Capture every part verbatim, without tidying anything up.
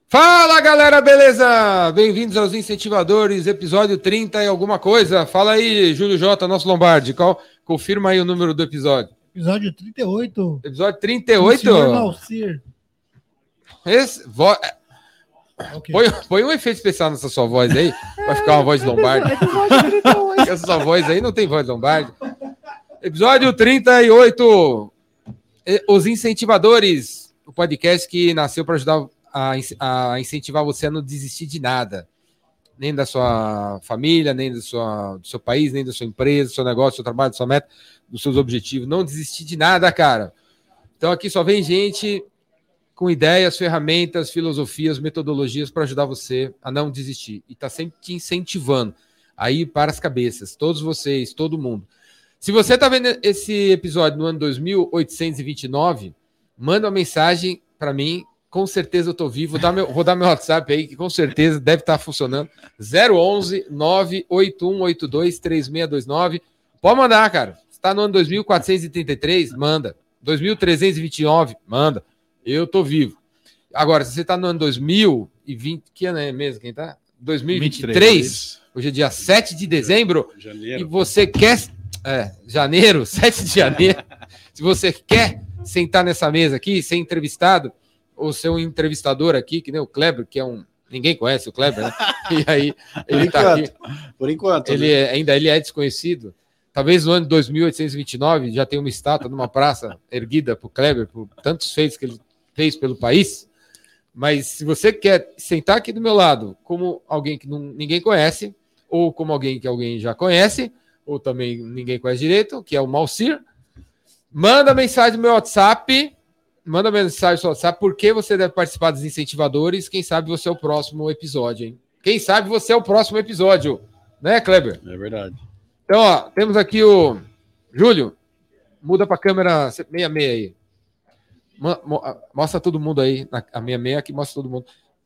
Fala, galera, beleza? Bem-vindos aos Incentivadores, episódio trinta e alguma coisa. Fala aí, Júlio J, nosso Lombardi. Qual, confirma aí o número do episódio. Episódio trinta e oito. Episódio trinta e oito? senhor Malcir. Esse, vo... Okay. põe, põe um efeito especial nessa sua voz aí. Vai ficar uma voz Lombardi. Essa sua voz aí não tem voz Lombardi. Episódio trinta e oito. Os Incentivadores. O podcast que nasceu para ajudar a, a incentivar você a não desistir de nada. Nem da sua família, nem do, sua, do seu país, nem da sua empresa, do seu negócio, do seu trabalho, da sua meta, dos seus objetivos. Não desistir de nada, cara. Então aqui só vem gente com ideias, ferramentas, filosofias, metodologias para ajudar você a não desistir. E está sempre te incentivando a ir para as cabeças. Todos vocês, todo mundo. Se você está vendo esse episódio no ano dois mil oitocentos e vinte e nove, manda uma mensagem para mim. Com certeza eu estou vivo. Vou dar, meu, vou dar meu WhatsApp aí, que com certeza deve estar funcionando. zero onze, nove oito um oito dois, três seis dois nove. Pode mandar, cara. Se está no ano dois mil quatrocentos e trinta e três, manda. dois mil trezentos e vinte e nove, manda. Eu estou vivo. Agora, se você está no ano dois mil e vinte, que ano é mesmo quem está? dois mil e vinte e três. vinte e três, hoje é dia sete de dezembro. Janeiro. E você quer... É, janeiro, sete de janeiro. Se você quer sentar nessa mesa aqui, ser entrevistado, ou ser um entrevistador aqui, que nem o Kleber, que é um... Ninguém conhece o Kleber, né? E aí, ele está aqui. Por enquanto. Ele né? é, ainda ele é desconhecido. Talvez no ano de dois mil oitocentos e vinte e nove já tenha uma estátua numa praça erguida por Kleber, por tantos feitos que ele fez pelo país. Mas se você quer sentar aqui do meu lado como alguém que não, ninguém conhece, ou como alguém que alguém já conhece, ou também ninguém conhece direito, que é o Malcir, manda mensagem no meu WhatsApp, manda mensagem no seu WhatsApp, porque você deve participar dos incentivadores, quem sabe você é o próximo episódio, hein? Quem sabe você é o próximo episódio, né, Kleber? É verdade. Então, ó, temos aqui o Júlio, muda para a câmera sessenta e seis aí. Mostra todo mundo aí, a sessenta e seis aqui, mostra todo mundo.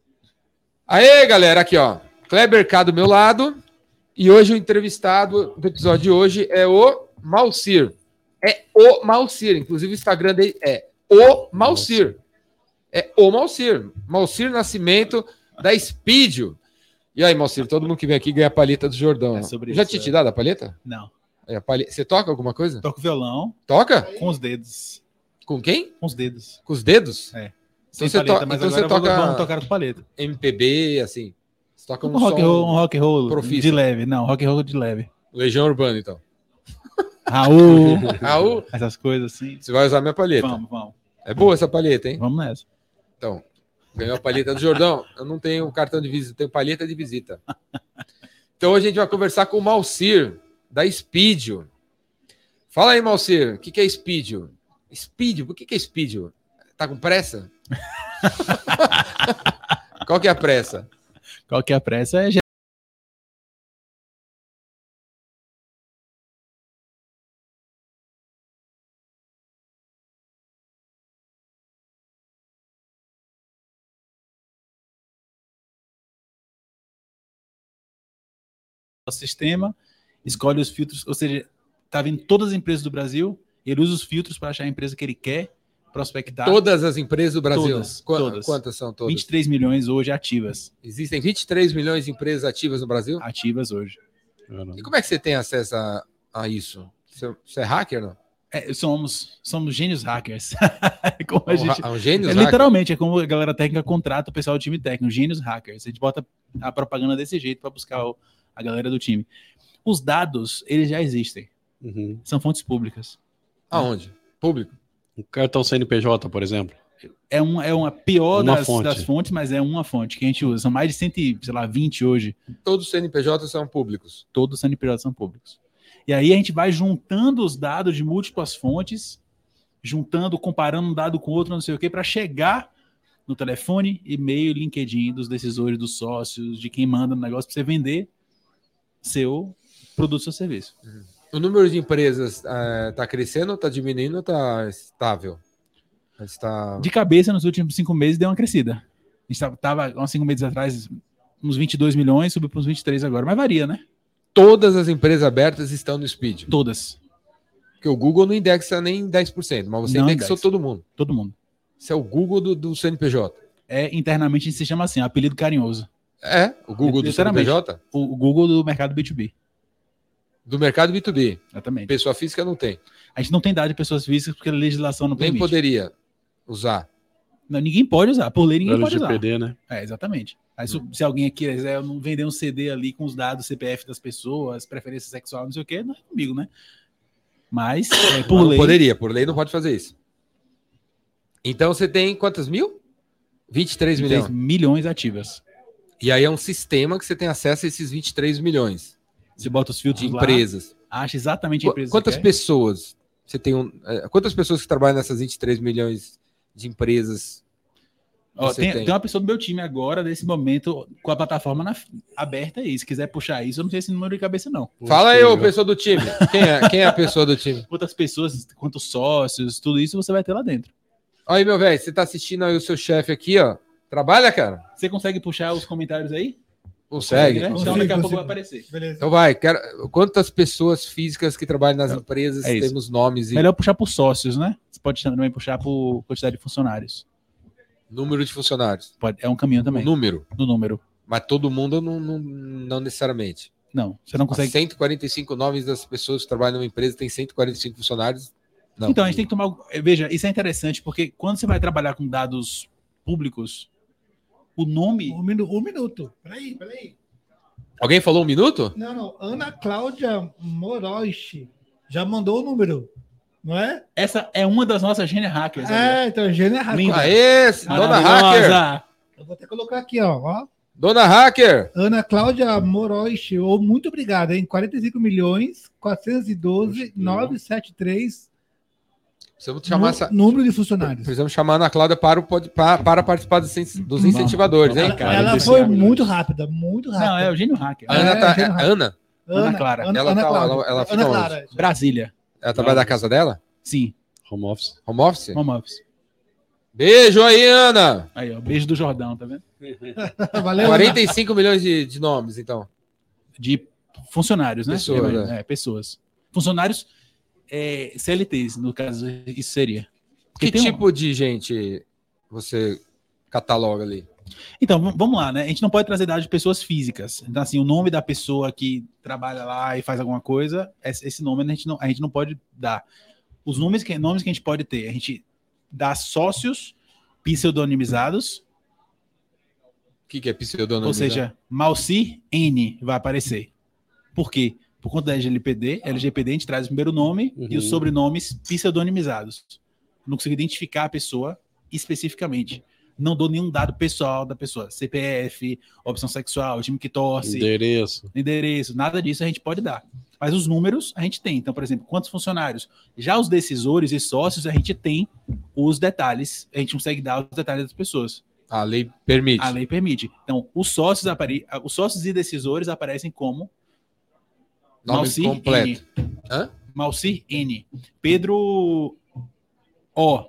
Aê, galera, aqui, ó, Kleber cá do meu lado. E hoje o entrevistado do episódio de hoje é o Malcir. É o Malcir. Inclusive o Instagram dele é o Malcir. É o Malcir. Malcir Nascimento da Speedio. E aí, Malcir, todo mundo que vem aqui ganha a palheta do Jordão. É sobre Já isso, tinha te dado a palheta? Não. É a palheta. Você toca alguma coisa? Toco violão. Toca? Com os dedos. Com quem? Com os dedos. Com os dedos? É. Então você, palheta, to... mas então você agora toca... vamos tocar com palheta. M P B, assim... Toca um, um rock and roll, um rock and roll profissa. De leve, não, rock and roll de leve. Legião Urbana, então. Raul, Raul, essas coisas assim. Você vai usar minha palheta? Vamos, vamos. É boa essa palheta, hein? Vamos nessa. Então, ganhou a palheta do Jordão. Eu não tenho cartão de visita, eu tenho palheta de visita. Então hoje a gente vai conversar com o Malcir, da Speedio. Fala aí, Malcir, o que, que é Speedio? Speedio, por que, que é Speedio? Tá com pressa? Qual que é a pressa? Qual que é a pressa? É o sistema, escolhe os filtros, ou seja, tá vendo todas as empresas do Brasil, ele usa os filtros para achar a empresa que ele quer prospectar. Todas as empresas do Brasil? Todas, Qu- todas. Quantas são todas? vinte e três milhões hoje ativas. Existem vinte e três milhões de empresas ativas no Brasil? Ativas hoje. E como é que você tem acesso a, a isso? Você, você é hacker, não? É, somos, somos gênios hackers. como a Um, gente, ha- um gênio é, hacker? literalmente, é como a galera técnica contrata o pessoal do time técnico, gênios hackers. A gente bota a propaganda desse jeito para buscar o, a galera do time. Os dados, eles já existem. Uhum. São fontes públicas. Aonde? Público? Um cartão C N P J, por exemplo. É uma, é uma pior Uma das, fonte. das fontes, mas é uma fonte que a gente usa. São mais de cento e vinte hoje. Todos os C N P J são públicos. Todos os C N P J são públicos. E aí a gente vai juntando os dados de múltiplas fontes, juntando, comparando um dado com outro, não sei o quê, para chegar no telefone, e-mail, LinkedIn dos decisores, dos sócios, de quem manda no negócio, para você vender seu produto, seu serviço. O número de empresas está crescendo, está diminuindo ou está estável? Está... De cabeça, nos últimos cinco meses, deu uma crescida. A gente estava, há uns cinco meses atrás, uns vinte e dois milhões, subiu para uns vinte e três agora, mas varia, né? Todas as empresas abertas estão no Speed. Todas. Porque o Google não indexa nem dez por cento, mas você Não indexou indexa. todo mundo. Todo mundo. Isso é o Google do, do C N P J. é internamente a gente se chama assim, apelido carinhoso. É, o Google do C N P J? O, o Google do mercado B dois B. Do mercado B dois B. Exatamente. Pessoa física não tem. A gente não tem dado de pessoas físicas porque a legislação não Nem permite. poderia usar. Não, ninguém pode usar. Por lei, ninguém pode usar. L G P D, né? É, exatamente. Aí, se, se alguém aqui quiser não vender um C D ali com os dados C P F das pessoas, preferência sexual, não sei o quê, não é comigo, né? Mas, é, por não lei... poderia, por lei não pode fazer isso. Então você tem quantas mil? vinte e três milhões. milhões ativas. E aí é um sistema que você tem acesso a esses vinte e três milhões. Você bota os filtros de lá, empresas. acha exatamente a empresa Quantas que pessoas você tem um, quantas pessoas que trabalham nessas vinte e três milhões de empresas? Ó, tem, tem? tem uma pessoa do meu time agora, nesse momento, com a plataforma na, aberta aí. Se quiser puxar isso, eu não sei esse número de cabeça, não. Fala aí, ô, pessoa do time. Quem é, quem é a pessoa do time? Quantas pessoas, quantos sócios, tudo isso você vai ter lá dentro. Olha aí, meu velho, você tá assistindo aí o seu chefe aqui, ó. Trabalha, cara? Você consegue puxar os comentários aí? Consegue? Né? Então daqui a pouco vai aparecer. Beleza. Então vai, quero... quantas pessoas físicas que trabalham nas empresas é temos nomes e melhor puxar por sócios, né? Você pode também puxar por quantidade de funcionários. número de funcionários? Pode, é um caminho também. O número. No número. Mas todo mundo não, não, não necessariamente. Não, você não consegue. cento e quarenta e cinco nomes das pessoas que trabalham numa empresa tem cento e quarenta e cinco funcionários. Não. Então, a gente tem que tomar. Veja, isso é interessante, porque quando você vai trabalhar com dados públicos, o nome. Um minuto. Um minuto. Peraí, peraí. Alguém falou um minuto? Não, não. Ana Cláudia Moroishi já mandou o número, não é? Essa é uma das nossas gênia hackers. É, então, Gênia Linda. Hacker. Aê, dona Hacker! Hacker! Eu vou até colocar aqui, ó. ó. Dona Hacker! Ana Cláudia Moroishi, oh, muito obrigado, hein? quarenta e cinco milhões, quatrocentos e doze, novecentos e setenta e três. Precisamos chamar Nu- essa... Número de funcionários. Precisamos chamar a Ana Cláudia para, o pod- para, para participar dos incen- dos incentivadores, hein? Ela, cara, ela desse foi hacker. muito rápida, muito rápida. Não, é o gênio hacker. A Ana, É, tá, Gênia é, Hacker. Ana? Ana Clara. Ana, Ela Ana tá- Cláudia. ela- ela fica Ana onde? Clara. Brasília. Ela trabalha da casa dela? Sim. Home office. Home office? Home office. Beijo aí, Ana! Aí, ó. Beijo do Jordão, tá vendo? Valeu, quarenta e cinco milhões de, de nomes, então. De funcionários, né? Pessoas, é, né? é, pessoas. Funcionários é, C L Ts, no caso, isso seria. Porque Que tem um- tipo de gente você cataloga ali? Então, v- vamos lá, né? A gente não pode trazer dados de pessoas físicas. Então, assim, o nome da pessoa que trabalha lá e faz alguma coisa, esse esse nome a gente não, a gente não pode dar. Os nomes que, nomes que a gente pode ter, a gente dá sócios pseudonimizados, O que, que é pseudônimo? ou seja, Malci N vai aparecer. Por quê? Por conta da L G P D, L G P D a gente traz o primeiro nome Uhum. e os sobrenomes pseudonimizados. Não consigo identificar a pessoa especificamente. Não dou nenhum dado pessoal da pessoa. C P F, opção sexual, time que torce, Endereço. endereço, nada disso a gente pode dar. Mas os números a gente tem. Então, por exemplo, quantos funcionários? Já os decisores e sócios, a gente tem os detalhes, a gente consegue dar os detalhes das pessoas. A lei permite. A lei permite. Então, os sócios, apare... os sócios e decisores aparecem como Nome Malci completo. N. Hã? Malci N. Pedro O.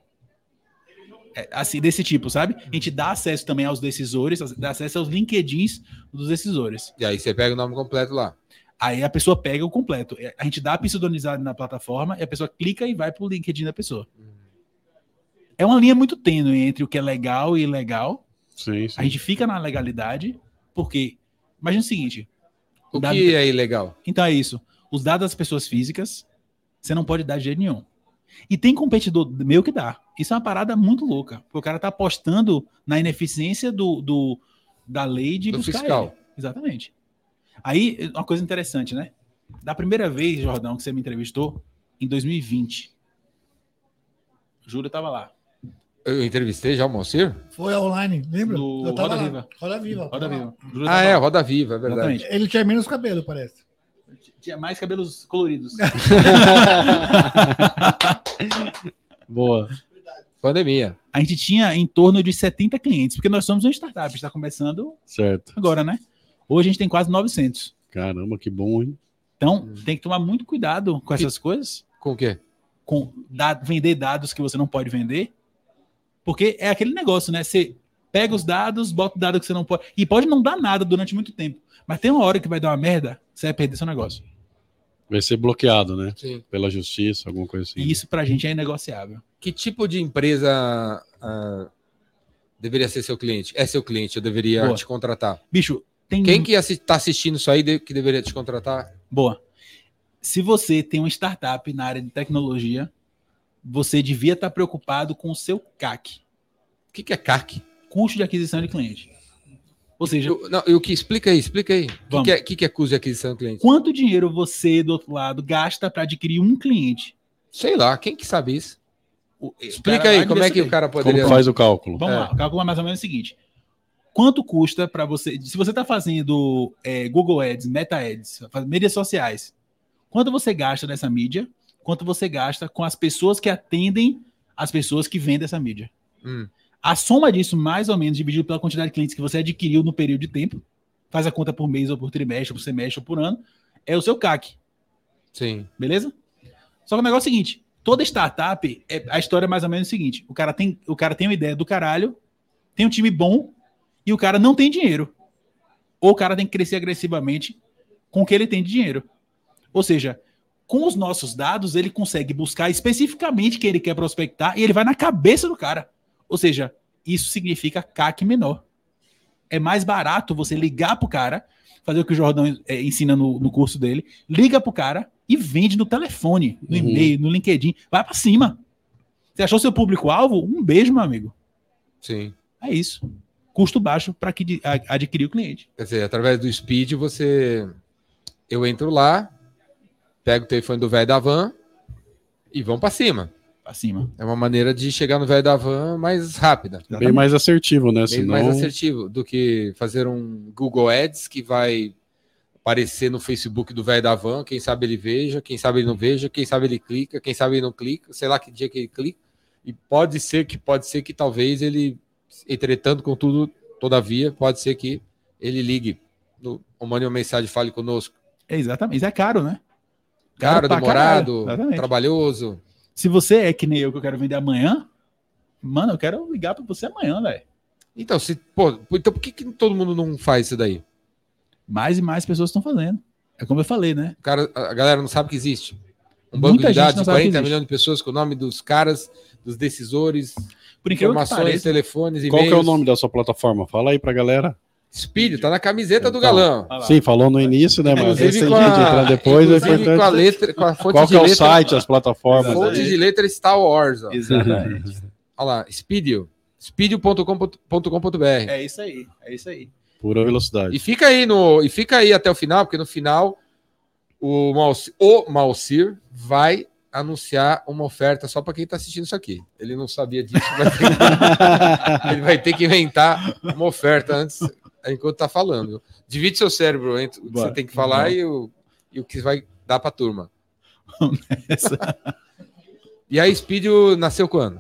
É, assim, desse tipo, sabe? A gente dá acesso também aos decisores, dá acesso aos LinkedIns dos decisores. E aí você pega o nome completo lá. Aí a pessoa pega o completo. A gente dá a pseudonizada na plataforma e a pessoa clica e vai pro LinkedIn da pessoa. É uma linha muito tênue entre o que é legal e ilegal. Sim, sim. A gente fica na legalidade, porque... Imagina o seguinte... O dado- que é ilegal? Então é isso. Os dados das pessoas físicas, você não pode dar de jeito nenhum. E tem competidor meu que dá. Isso é uma parada muito louca. Porque o cara tá apostando na ineficiência do, do, da lei de Do buscar fiscal. ele. Exatamente. Aí, uma coisa interessante, né? Da primeira vez, Jordão, que você me entrevistou, em dois mil e vinte. Júlio tava lá. Eu entrevistei já o Moacir? Foi online, lembra? No Eu tava Roda lá. Viva. Roda Viva. Roda tava Viva. lá. Júlio Ah, tava é, lá. Roda Viva, é verdade. Exatamente. Ele tinha menos cabelo, parece. Tinha mais cabelos coloridos. Boa. Pandemia. A gente tinha em torno de setenta clientes, porque nós somos uma startup, a gente está começando Certo. agora, né? Hoje a gente tem quase novecentos. Caramba, que bom, hein? Então, tem que tomar muito cuidado com essas coisas, Com o quê? com da- vender dados que você não pode vender, porque é aquele negócio, né? Você pega os dados, bota o dado que você não pode, e pode não dar nada durante muito tempo, mas tem uma hora que vai dar uma merda, você vai perder seu negócio. Vai ser bloqueado, né? Sim. Pela justiça, alguma coisa assim. E isso pra gente é inegociável. Que tipo de empresa ah, deveria ser seu cliente. É seu cliente, eu deveria Boa. te contratar. Bicho, tem... Quem que assi- tá assistindo isso aí de- que deveria te contratar? Boa. Se você tem uma startup na área de tecnologia, você devia estar preocupado com o seu C A C, O que, que é C A C? custo de aquisição de cliente. Ou seja, Eu- não, e o que? Explica aí, explica aí. O que, Vamos. que, é, que, que é custo de aquisição do cliente? quanto dinheiro você, do outro lado, gasta para adquirir um cliente? Sei lá, quem que sabe isso? O- o Explica cara aí, lá como devia é que saber. o cara Como poderia... faz o cálculo? Vamos É. lá, o cálculo é mais ou menos o seguinte. Quanto custa para você... Se você está fazendo é, Google Ads, Meta Ads, faz- mídias sociais, quanto você gasta nessa mídia? Quanto você gasta com as pessoas que atendem as pessoas que vendem essa mídia? Hum, A soma disso, mais ou menos, dividido pela quantidade de clientes que você adquiriu no período de tempo, faz a conta por mês, ou por trimestre, ou por semestre, ou por ano, é o seu C A C, sim. beleza? Só que o negócio é o seguinte, toda startup, é, a história é mais ou menos o seguinte, o cara, tem, o cara tem uma ideia do caralho, tem um time bom, e o cara não tem dinheiro. Ou o cara tem que crescer agressivamente com o que ele tem de dinheiro. Ou seja, com os nossos dados, ele consegue buscar especificamente quem ele quer prospectar, e ele vai na cabeça do cara. Ou seja, isso significa C A C menor. É mais barato você ligar pro cara, fazer o que o Jordão é, ensina no, no curso dele, liga pro cara e vende no telefone, no Uhum. e-mail, no LinkedIn. Vai pra cima. Você achou seu público-alvo? Um beijo, meu amigo. Sim. É isso. Custo baixo para adquirir o cliente. Quer dizer, através do Speed, você... Eu entro lá, pego o telefone do velho da van e vão para cima. Pra cima. É uma maneira de chegar no velho da van mais rápida. Bem mais assertivo, né? Bem Senão... mais assertivo do que fazer um Google Ads que vai aparecer no Facebook do velho da van. Quem sabe ele veja, quem sabe ele não veja, quem sabe ele clica, quem sabe ele não clica, sei lá que dia que ele clica. E pode ser que pode ser que talvez ele, entretanto, contudo, todavia, pode ser que ele ligue, no, ou mande uma mensagem, fale conosco. É exatamente. Isso é caro, né? Caro, pra demorado, caralho. Exatamente. trabalhoso. Se você é que nem eu, que eu quero vender amanhã, mano, eu quero ligar pra você amanhã, velho. Então, se, pô, então por que, que todo mundo não faz isso daí? Mais e mais pessoas estão fazendo. É como eu falei, né? O cara, a galera não sabe que existe. Um banco Muita de gente dados não de sabe que quarenta existe. milhões de pessoas com o nome dos caras, dos decisores, Por incrível que informações, pareça. telefones, Qual e-mails. que é o nome da sua plataforma? Fala aí pra galera. Speed, tá na camiseta do Então, galão. Olha lá. Sim, falou no início, né? Mas Inclusive esse com gente entrar a, depois é inclusive importante. com a letra, com a fonte Qual de que é o letra, site, as plataformas? Exatamente. fonte aí? de letra Star Wars. Ó. Exatamente. Olha lá, Speedio. speedio ponto com ponto br. É isso aí. É isso aí. Pura velocidade. E fica aí no, e fica aí até o final, porque no final o Malcir, o Malcir vai anunciar uma oferta só para quem está assistindo isso aqui. Ele não sabia disso, mas ele, ele vai ter que inventar uma oferta antes, enquanto está falando. Divide seu cérebro entre o que Bora. você tem que falar e o, e o que vai dar para a turma. E a Speedio nasceu quando?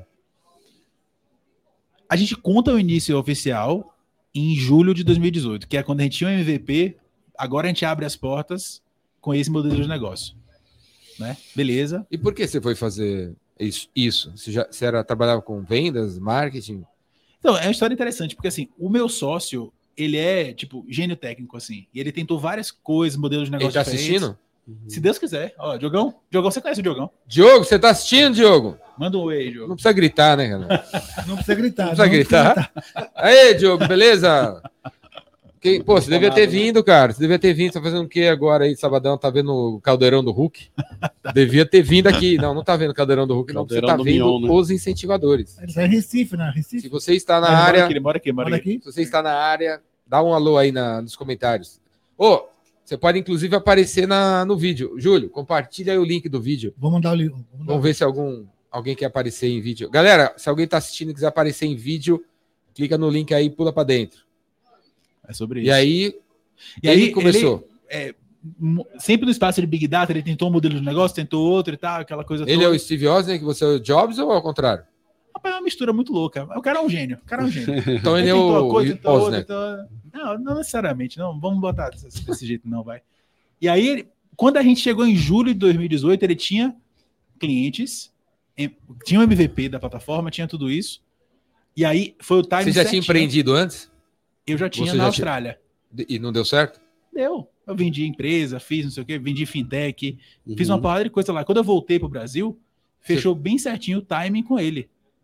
A gente conta o início oficial em julho de dois mil e dezoito, que é quando a gente tinha o M V P. Agora a gente abre as portas com esse modelo de negócio. Né? Beleza. E por que você foi fazer isso? isso? Você, já, você era, trabalhava com vendas, marketing? Então, é uma história interessante, porque assim, o meu sócio, ele é, tipo, gênio técnico, assim. E ele tentou várias coisas, modelos de Ele negócio tá diferentes. assistindo? Se Deus quiser. Ó, Diogão, Diogão, você conhece o Diogão? Diogo, você tá assistindo, Diogo? Manda um oi aí, Não Diogo. precisa gritar, né, cara? Não precisa gritar. Não precisa gritar. Aê, Diogo, beleza? Quem, pô, você devia ter vindo, cara. Você devia ter vindo. Você tá fazendo o quê agora aí, sabadão? Tá vendo o Caldeirão do Hulk? Devia ter vindo aqui. Não, não tá vendo o Caldeirão do Hulk, não. Você Caldeirão tá do vendo Mignon, né? os incentivadores. Ele sai em Recife, né? Se Recife. você está na Ele mora área, aqui, ele mora aqui, mora Olha aqui. aqui. se você está na área, dá um alô aí na, nos comentários. Ô, você pode inclusive aparecer na, no vídeo. Júlio, compartilha aí o link do vídeo. Vou mandar o livro. Vamos ver se algum, alguém quer aparecer em vídeo. Galera, se alguém está assistindo e quiser aparecer em vídeo, clica no link aí e pula para dentro. É sobre isso. E aí, E ele aí, começou. ele, é, mo- sempre no espaço de Big Data, ele tentou um modelo de negócio, tentou outro e tal, aquela coisa Ele é o Steve Wozniak, que você é o Jobs ou ao contrário? Rapaz, é uma mistura muito louca. O cara é um gênio. O cara é um gênio. Então ele é tentou uma o coisa, tentou outra, Wozniak. tentou- Não, não necessariamente. Não, vamos botar desse, desse jeito, não, vai. E aí, ele- quando a gente chegou em julho de dois mil e dezoito, ele tinha clientes, em- tinha o M V P da plataforma, tinha tudo isso. E aí foi o time Você já tinha certinho. empreendido antes? Eu já tinha Você na já Austrália. E não deu certo? Deu. Eu vendi empresa, fiz não sei o quê, vendi fintech, fiz Uhum. uma porrada de coisa lá. Quando eu voltei pro Brasil, fechou bem certinho o timing com ele.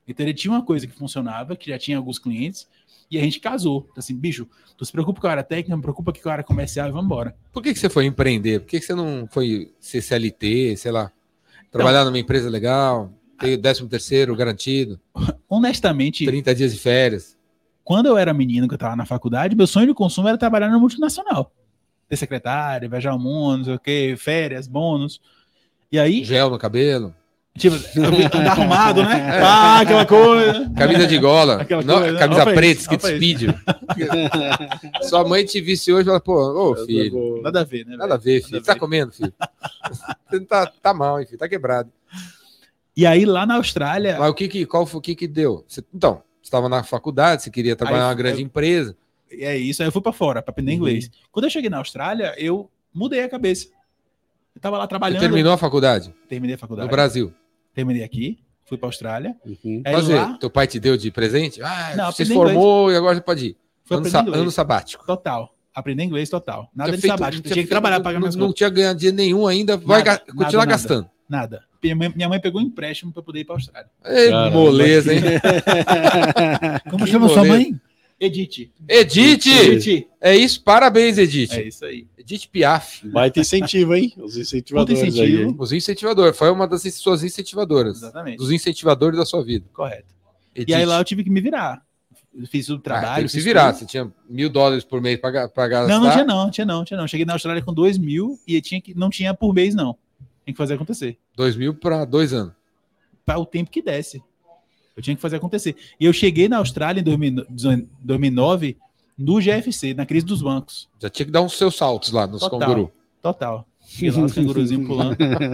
Então ele tinha uma coisa que funcionava, que já tinha alguns clientes, e a gente casou. Então, assim, bicho, tu se preocupa com a área técnica, me preocupa com a área comercial e vamos embora. Por que, que você foi empreender? Por que, que você não foi ser C L T, sei lá, trabalhar Então, numa empresa legal, ter décimo terceiro garantido, honestamente, trinta dias de férias? quando eu era menino, que eu tava na faculdade, meu sonho de consumo era trabalhar na multinacional. Ter secretária, viajar ao mundo, não sei o quê, férias, bônus. E aí, Gel no cabelo, tipo, andar arrumado, né? Ah, aquela coisa. camisa de gola, Aquela não, coisa, camisa olha preta, isso, escrito olha Speed. Sua mãe te visse hoje e fala, pô, ô filho, Nada a ver, né? nada a ver, filho. Nada a Tá ver. comendo, filho? Você tá, tá mal, hein, filho? Tá quebrado. E aí, lá na Austrália, Mas o que que, qual foi o que que deu? Você, então, você estava na faculdade, você queria trabalhar Aí, numa grande eu- empresa. é isso, aí eu fui pra fora, pra aprender Uhum. inglês. Quando eu cheguei na Austrália, eu mudei a cabeça. Eu tava lá Você trabalhando. terminou a faculdade Terminei a faculdade. no Brasil. Terminei aqui, fui pra Austrália. Uhum. Aí Fazer, lá, teu pai te deu de presente? Ah, Não, você se aprendi formou e agora você pode ir. fui Ano, aprender sa- inglês. ano sabático. Total. Aprender inglês total. Nada Tinha de feito- sabático. não Tinha, que feito- trabalhar, pagar não, minhas não contas. tinha ganhado dinheiro nenhum ainda, vai Nada, ga- continuar nada, gastando. Nada. Minha mãe, minha mãe pegou um empréstimo pra poder ir pra Austrália. Ei, Caramba, moleza, hein? Como Que chama sua moleza. mãe? Edith. Edith! Edith. É isso, parabéns, Edith. É isso aí. Edith Piaf, Baita incentivo, hein? Os incentivadores Puta incentivo. aí. Hein? os incentivadores. Foi uma das suas incentivadoras. Exatamente. Dos incentivadores da sua vida. Correto. Edith. E aí lá eu tive que me virar. Eu fiz o Ah, trabalho. tem que se fiz virar. tudo. Você tinha mil dólares por mês pra, ga- pra gastar. Não, não tinha não, tinha não, tinha não. Cheguei na Austrália com dois mil e tinha que, não tinha por mês, não. Tem que fazer acontecer. Dois mil para dois anos. Para o tempo que desse. Eu tinha que fazer acontecer. E eu cheguei na Austrália em dois mil e nove no G F C, na crise dos bancos. Já tinha que dar uns seus saltos lá nos Total. canguru. Total. Cheguei lá, os canguruzinhos pulando.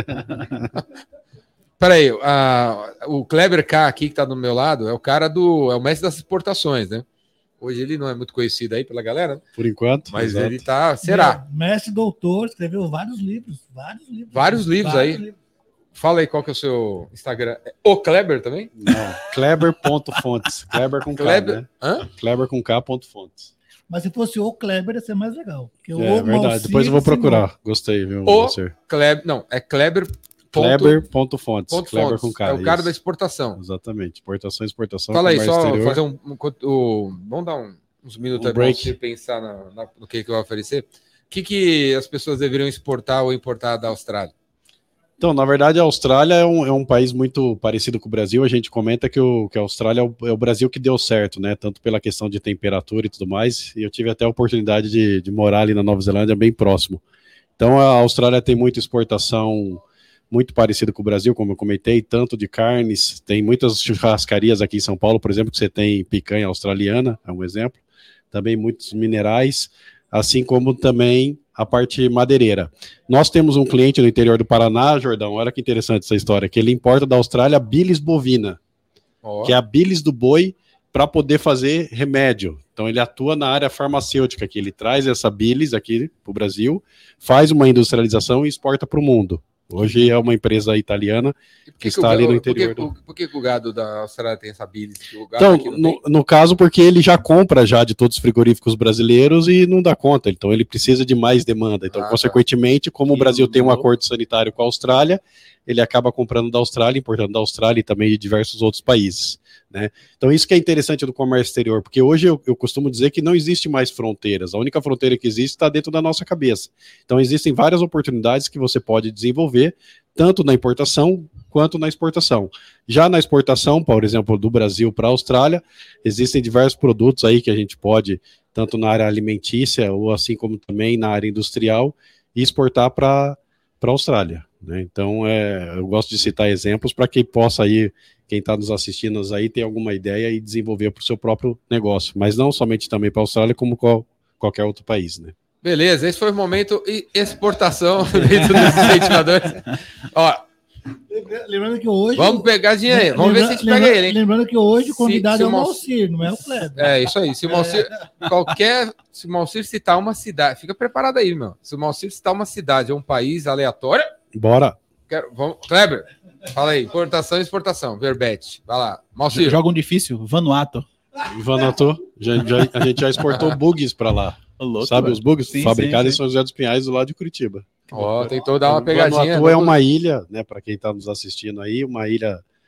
Peraí, a- o Kleber K aqui que tá do meu lado é o cara do. É o mestre das exportações, né? Hoje ele não é muito conhecido aí pela galera, Por enquanto. mas exato. ele tá. Será? Mestre doutor, escreveu vários livros. Vários livros. Vários livros aí. livros. Fala aí qual que é o seu Instagram. É o Kleber também? Não, Kleber.fontes. Kleber com K, Kleber. né? Hã? Kleber com K ponto fontes. Mas se fosse o Kleber, ia ser mais legal. Porque É o verdade. Malcir, Depois eu vou esse procurar. Gostei, viu, O- Malcir? Kleber. Não, é Kleber. ponto- Kleber.fontes. ponto Kleber fontes. com K. É o cara isso. da exportação. Exatamente. Exportação, exportação. Fala aí, comércio só exterior. fazer um. um, um- vamos dar um- uns minutos Um aí pra break. você pensar na- na- no que, que eu vou oferecer. O que, que as pessoas deveriam exportar ou importar da Austrália? Então, na verdade, a Austrália é um, é um país muito parecido com o Brasil. A gente comenta que, o, que a Austrália é o, é o Brasil que deu certo, né? Tanto pela questão de temperatura e tudo mais. E eu tive até a oportunidade de, de morar ali na Nova Zelândia, bem próximo. Então, a Austrália tem muita exportação muito parecida com o Brasil, como eu comentei, tanto de carnes. Tem muitas churrascarias aqui em São Paulo, por exemplo, que você tem picanha australiana, é um exemplo. Também muitos minerais, assim como também a parte madeireira. Nós temos um cliente no interior do Paraná, Jordão, olha que interessante essa história, que ele importa da Austrália bilis bovina, Ó, que é a bilis do boi, para poder fazer remédio. Então ele atua na área farmacêutica aqui, ele traz essa bilis aqui para o Brasil, faz uma industrialização e exporta para o mundo. Hoje é uma empresa italiana e por que que está o ali ga- no por que- interior do- Por, por que, que o gado da Austrália tem essa bilis? O gado Então, aqui não no, tem? no caso, porque ele já compra já de todos os frigoríficos brasileiros e não dá conta, então ele precisa de mais demanda. Então, Ah, tá. consequentemente, como o E Brasil o- tem um acordo sanitário com a Austrália, ele acaba comprando da Austrália, importando da Austrália e também de diversos outros países, né? Então, isso que é interessante do comércio exterior, porque hoje eu, eu costumo dizer que não existe mais fronteiras, a única fronteira que existe está dentro da nossa cabeça. Então, existem várias oportunidades que você pode desenvolver, tanto na importação quanto na exportação. Já na exportação, por exemplo, do Brasil para a Austrália, existem diversos produtos aí que a gente pode, tanto na área alimentícia ou assim como também na área industrial, exportar para a Austrália, né? Então, é, eu gosto de citar exemplos para quem possa aí, quem está nos assistindo aí, ter alguma ideia e desenvolver para o seu próprio negócio, mas não somente também para a Austrália, como qual, qualquer outro país, né? Beleza, esse foi o momento e exportação dentro dos incentivadores. Ó, Lembrando que hoje. vamos pegar dinheiro aí. Vamos ver se a gente pega ele, hein? Lembrando que hoje o Se- convidado se é o o Mal- Malcir, não é o Kleber. É, isso aí. Se o Malcir, qualquer, se o Malcir citar uma cidade, fica preparado aí, meu. Se o Malcir citar uma cidade ou um país aleatório, Bora! quero, vamos, Kleber, fala aí, importação e exportação, verbete, vai lá. Malcir, Joga um difícil, Vanuatu. Vanuatu, já, já- a gente já exportou bugs para lá. Ô, louco, Sabe velho. os bugs? Sim, Fabricados sim, em sim. São José dos Pinhais, do lado de Curitiba. ó, tentou dar uma pegadinha. Vanuatu é uma ilha, né, para quem está nos assistindo aí, uma ilha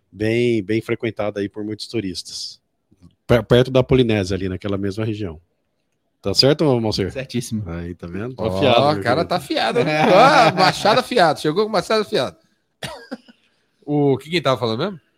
bem, bem frequentada aí por muitos turistas. Per- Perto da Polinésia, ali naquela mesma região. Tá certo, Malcer? Certíssimo. Aí, tá vendo? Tá Ó, afiado, o meu cara querido. tá afiado. Né? Ó, machado afiado. Chegou com machado afiado. O que quem tava falando mesmo?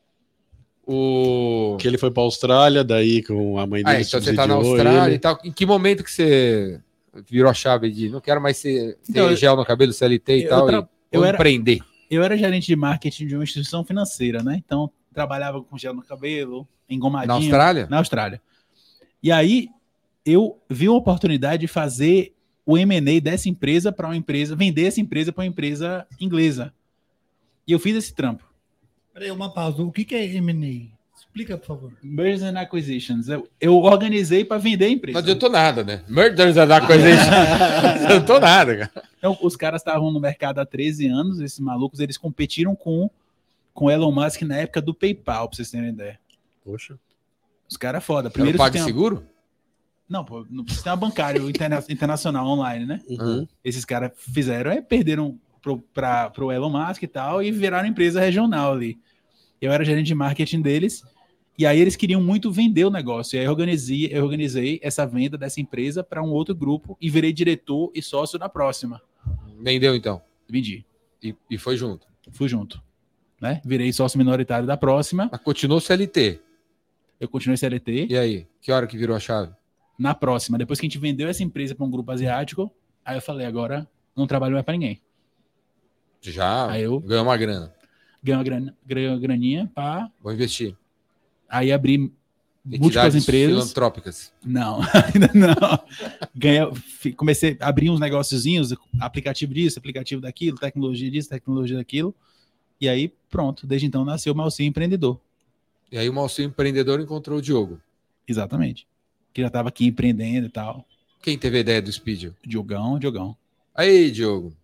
O... Que ele foi pra Austrália, daí com a mãe dele Ah, então você tá na subsidiou Austrália ele. e tal. Em que momento que você virou a chave de não quero mais ser, ter Então, eu- gel no cabelo, C L T e eu tal, tra- e eu vou era- empreender? Eu era gerente de marketing de uma instituição financeira, né? Então, trabalhava com gel no cabelo, engomadinho. Na Austrália? Na Austrália. E aí, eu vi uma oportunidade de fazer o M and A dessa empresa para uma empresa, vender essa empresa para uma empresa inglesa. E eu fiz esse trampo. Peraí, uma pausa. O que que é M and A? Explica, por favor. Mergers and Acquisitions. Eu, eu organizei para vender a Não empresa. adiantou nada, né? Murders and Acquisition. Não adiantou nada, cara. Então, os caras estavam no mercado há treze anos, esses malucos, eles competiram com com Elon Musk na época do PayPal, para vocês terem uma ideia. Poxa. Os caras é foda. Era Primeiro o PagSeguro? sistema... Não, pô, no sistema bancário interna... internacional online, né? Uhum. Esses caras fizeram, é, perderam pro, pra, pro Elon Musk e tal, e viraram empresa regional ali. Eu era gerente de marketing deles, e aí eles queriam muito vender o negócio. E aí eu organizei, eu organizei essa venda dessa empresa para um outro grupo e virei diretor e sócio da próxima. Vendeu, então. Vendi. E, e foi junto. Fui junto. Né? Virei sócio minoritário da próxima. Mas continuou C L T. Eu continuei C L T. E aí? Que hora que virou a chave? Na próxima, depois que a gente vendeu essa empresa para um grupo asiático, aí eu falei, agora não trabalho mais para ninguém. Já Aí eu- ganhou uma grana. Ganhei uma, grana, ganhei uma graninha para Vou investir. aí abrir múltiplas Entidades empresas. filantrópicas. Não, ainda não. Ganhei, fi- comecei a abrir uns negóciozinhos, aplicativo disso, aplicativo daquilo, tecnologia disso, tecnologia daquilo. E aí, pronto. Desde então nasceu o Malcinho Empreendedor. E aí o Malcinho empreendedor encontrou o Diogo. Exatamente. Que já estava aqui empreendendo e tal. Quem teve a ideia do Speed? Diogão, Diogão. Aí, Diogo.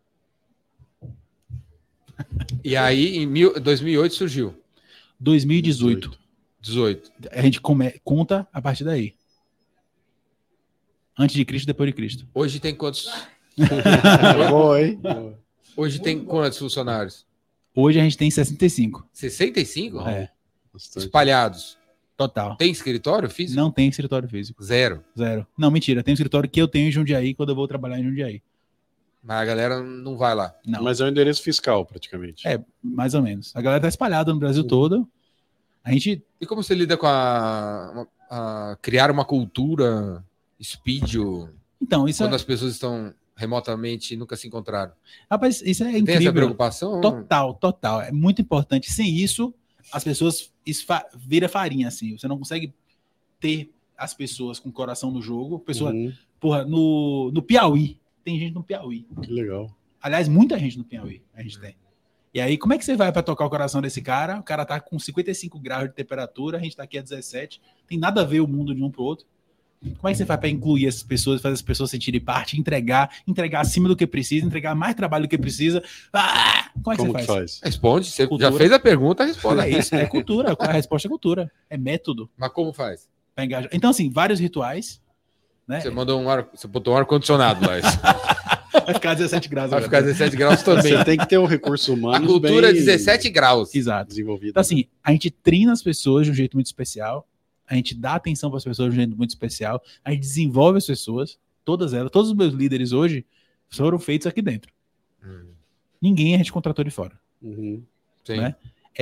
E aí, em mil- dois mil e oito surgiu. dois mil e dezoito. dezoito. A gente come, conta a partir daí. Antes de Cristo, depois de Cristo. Hoje tem quantos? Boa, hein? Boa. Hoje tem quantos funcionários? Hoje a gente tem sessenta e cinco. sessenta e cinco? É, Bastante. Espalhados. total. Tem escritório físico? Não tem escritório físico. Zero. Zero. Não, mentira. Tem um escritório que eu tenho em Jundiaí quando eu vou trabalhar em Jundiaí. Mas a galera não vai lá. Não. Mas é um endereço fiscal, praticamente. É, mais ou menos. A galera tá espalhada no Brasil todo. A gente. E como você lida com a, a- a criar uma cultura speed Então, isso quando é. as pessoas estão remotamente e nunca se encontraram? Rapaz, isso é Tem essa incrível. preocupação? Total, total. É muito importante. Sem isso, as pessoas esfa... vira farinha, assim. Você não consegue ter as pessoas com o coração no jogo. Pessoa, Uhum. porra, no, no Piauí. Tem gente no Piauí. Que legal. Aliás, muita gente no Piauí a gente tem. E aí, como é que você vai para tocar o coração desse cara? O cara tá com cinquenta e cinco graus de temperatura, a gente tá aqui a dezessete. Tem nada a ver o mundo de um pro outro. Como é que você vai para incluir essas pessoas, fazer as pessoas sentirem parte, entregar, entregar acima do que precisa, entregar mais trabalho do que precisa? Ah! Como é que Como você que faz? faz? Responde. Você Cultura. já fez a pergunta, responde. É isso, é cultura. A resposta é cultura. É método Mas como faz? para engajar. Então, assim, vários rituais. Né? Você mandou um ar, você botou um ar-condicionado lá. Isso. Vai ficar dezessete graus. Vai agora. ficar dezessete graus também. Você tem que ter um recurso humano A cultura é bem dezessete graus. Exato. desenvolvido. Então, assim, a gente treina as pessoas de um jeito muito especial, a gente dá atenção para as pessoas de um jeito muito especial, a gente desenvolve as pessoas, todas elas, todos os meus líderes hoje foram feitos aqui dentro. Hum, Ninguém a gente contratou de fora. Uhum. sim. Né?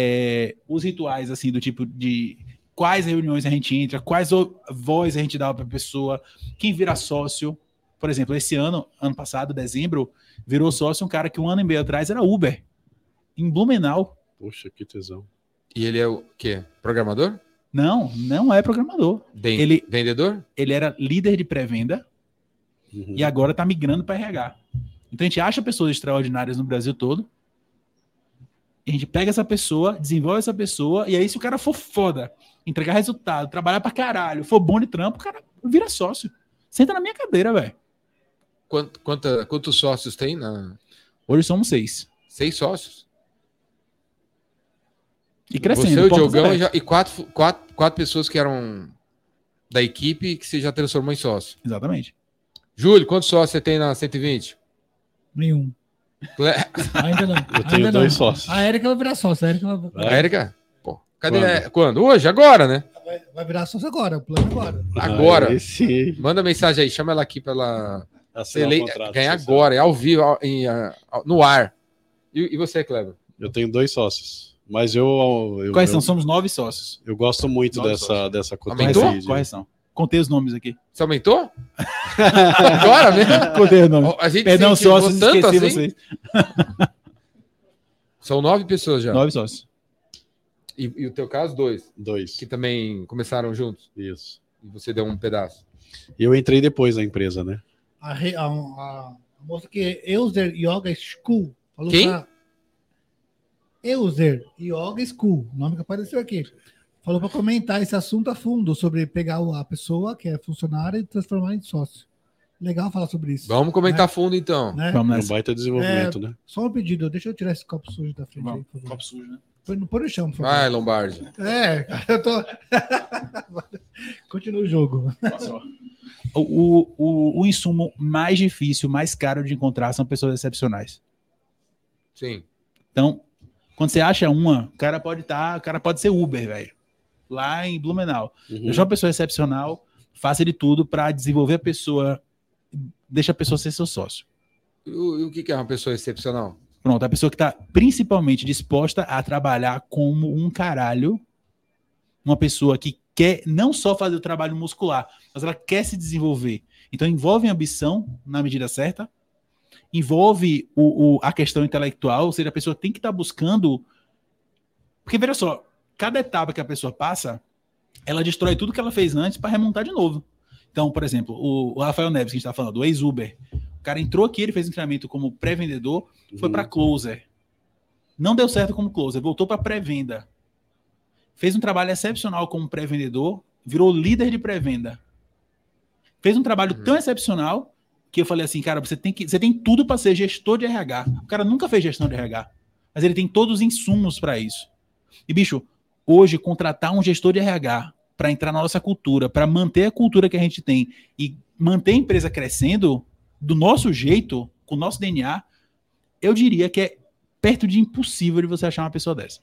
É, os rituais, assim, do tipo de quais reuniões a gente entra, quais o- voz a gente dá para a pessoa, quem vira sócio. Por exemplo, esse ano, ano passado, dezembro, virou sócio um cara que um ano e meio atrás era Uber, em Blumenau. Poxa, que tesão. E ele é o quê? Programador? Não, não é programador. Ven- Ele- Vendedor? Ele era líder de pré-venda Uhum. e agora está migrando para R H. Então a gente acha pessoas extraordinárias no Brasil todo, a gente pega essa pessoa, desenvolve essa pessoa, e aí se o cara for foda, entregar resultado, trabalhar pra caralho, for bom de trampo, o cara vira sócio. Senta na minha cadeira, velho. Quant- quanta- quantos sócios tem? Na... Hoje somos seis. Seis sócios. E crescendo. Você, o portas Diogão e, abertas. já- e quatro, quatro, quatro pessoas que eram da equipe que você já transformou em sócio. Exatamente. Júlio, quantos sócios você tem na cento e vinte? Nenhum. Cle... Ainda não. Eu tenho ainda dois não. sócios. A Érica vai virar sócia. A Érica vai, A Érica? Pô, cadê? Quando? Quando? Hoje? Agora, né? vai, vai virar sócia agora. O plano agora. Agora. Aí sim. Manda mensagem aí, chama ela aqui pra ela ser Assinar o ele... contrato, ganhar você agora, é ao vivo, ao- em, ah, ao- no ar. E, e você, Kleber? Eu tenho dois sócios. Mas eu. eu Quais eu, são? Somos nove sócios. Eu gosto muito Nove dessa, sócios. dessa Aumentou? cotação. Correção. Contei os nomes aqui. Você aumentou? Agora mesmo? Contei os nomes. A gente Perdão, incentivou sócios, tanto esqueci assim? vocês. São nove pessoas já. Nove sócios. E, e o teu caso, dois. Dois. Que também começaram juntos. Isso. E você deu um pedaço. E eu entrei depois na empresa, né? A, re- a, a, a moça que é Euser Yoga School. Falou Quem? pra- Euser Yoga School. O nome que apareceu aqui. Falou para comentar esse assunto a fundo, sobre pegar o- a pessoa que é funcionária e transformar em sócio. Legal falar sobre isso. Vamos comentar fundo, então. Né? Vamos Um nessa. baita desenvolvimento, né? Só um pedido, deixa eu tirar esse copo sujo da frente aí, Vamos. por favor. Copo sujo, né? Põe no, põe no chão, por favor. Vai, Lombardi. É, cara, eu tô. Continua o jogo. O, o, o, o insumo mais difícil, mais caro de encontrar são pessoas excepcionais. Sim. Então, quando você acha uma, o cara pode estar, o cara pode ser Uber, velho. Lá em Blumenau. Uhum. Eu sou uma pessoa excepcional, faça de tudo para desenvolver a pessoa, deixa a pessoa ser seu sócio. E o, e o que que é uma pessoa excepcional? Pronto, a pessoa que está principalmente disposta a trabalhar como um caralho, uma pessoa que quer não só fazer o trabalho muscular, mas ela quer se desenvolver. Então envolve ambição na medida certa, envolve o, o- a questão intelectual, ou seja, a pessoa tem que estar buscando... Porque, veja só, cada etapa que a pessoa passa, ela destrói tudo que ela fez antes para remontar de novo. Então, por exemplo, o, o Rafael Neves, que a gente está falando, o ex-Uber, o cara entrou aqui, ele fez um treinamento como pré-vendedor, foi Uhum. para closer. Não deu certo como closer, voltou para pré-venda. Fez um trabalho excepcional como pré-vendedor, virou líder de pré-venda. Fez um trabalho Uhum. tão excepcional que eu falei assim, cara, você tem, que, você tem tudo para ser gestor de R H. O cara nunca fez gestão de R H, mas ele tem todos os insumos para isso. E, bicho, hoje, contratar um gestor de R H para entrar na nossa cultura, para manter a cultura que a gente tem e manter a empresa crescendo do nosso jeito, com o nosso D N A, eu diria que é perto de impossível de você achar uma pessoa dessa.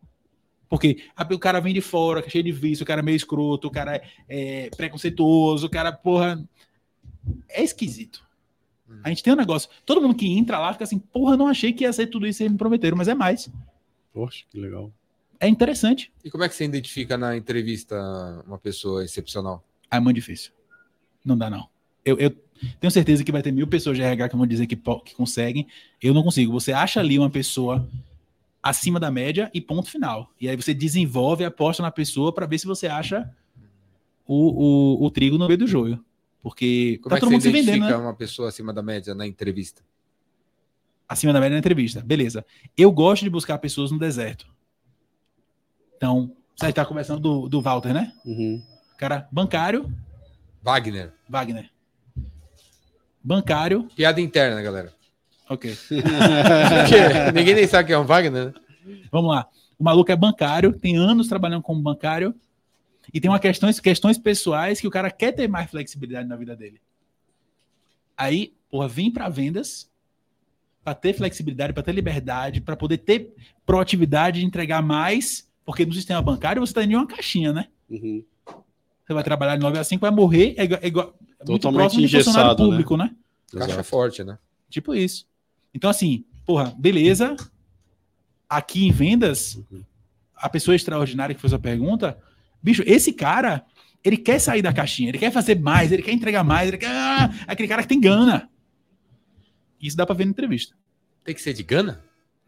Porque a- o cara vem de fora, cheio de vício, o cara é meio escroto, o cara é, é preconceituoso, o cara, porra, é esquisito. A gente tem um negócio, todo mundo que entra lá fica assim, porra, não achei que ia ser tudo isso que eles me prometeram, mas é mais. Poxa, que legal. É interessante. E como é que você identifica na entrevista uma pessoa excepcional? Ah, é muito difícil. Não dá, não. Eu, eu tenho certeza que vai ter mil pessoas de R H que vão dizer que, po- que conseguem. Eu não consigo. Você acha ali uma pessoa acima da média e ponto final. E aí você desenvolve, aposta na pessoa para ver se você acha o, o, o trigo no meio do joio. Porque Como tá é que todo você mundo se identifica vendendo, né? uma pessoa acima da média na entrevista? Acima da média na entrevista. Beleza. Eu gosto de buscar pessoas no deserto. Então, você está conversando do, do Walter, né? Uhum. Cara, bancário, Wagner. Wagner. Bancário, Piada interna, galera. ok. Porque ninguém nem sabe que é um Wagner, né? Vamos lá. O maluco é bancário, tem anos trabalhando como bancário e tem uma questões, questões pessoais que o cara quer ter mais flexibilidade na vida dele. Aí, porra, vem para vendas para ter flexibilidade, para ter liberdade, para poder ter proatividade de entregar mais, porque no sistema bancário você está em uma caixinha, né? Uhum. Você vai trabalhar de nove a cinco, vai morrer, é igual, é igual é muito Totalmente próximo de funcionário engessado, público, né? Caixa Exato. forte, né? Tipo isso. Então, assim, porra, beleza. Aqui em vendas, a pessoa extraordinária que fez a pergunta, bicho, esse cara, ele quer sair da caixinha, ele quer fazer mais, ele quer entregar mais, ele quer. Ah, aquele cara que tem gana. Isso dá pra ver na entrevista. Tem que ser de Gana?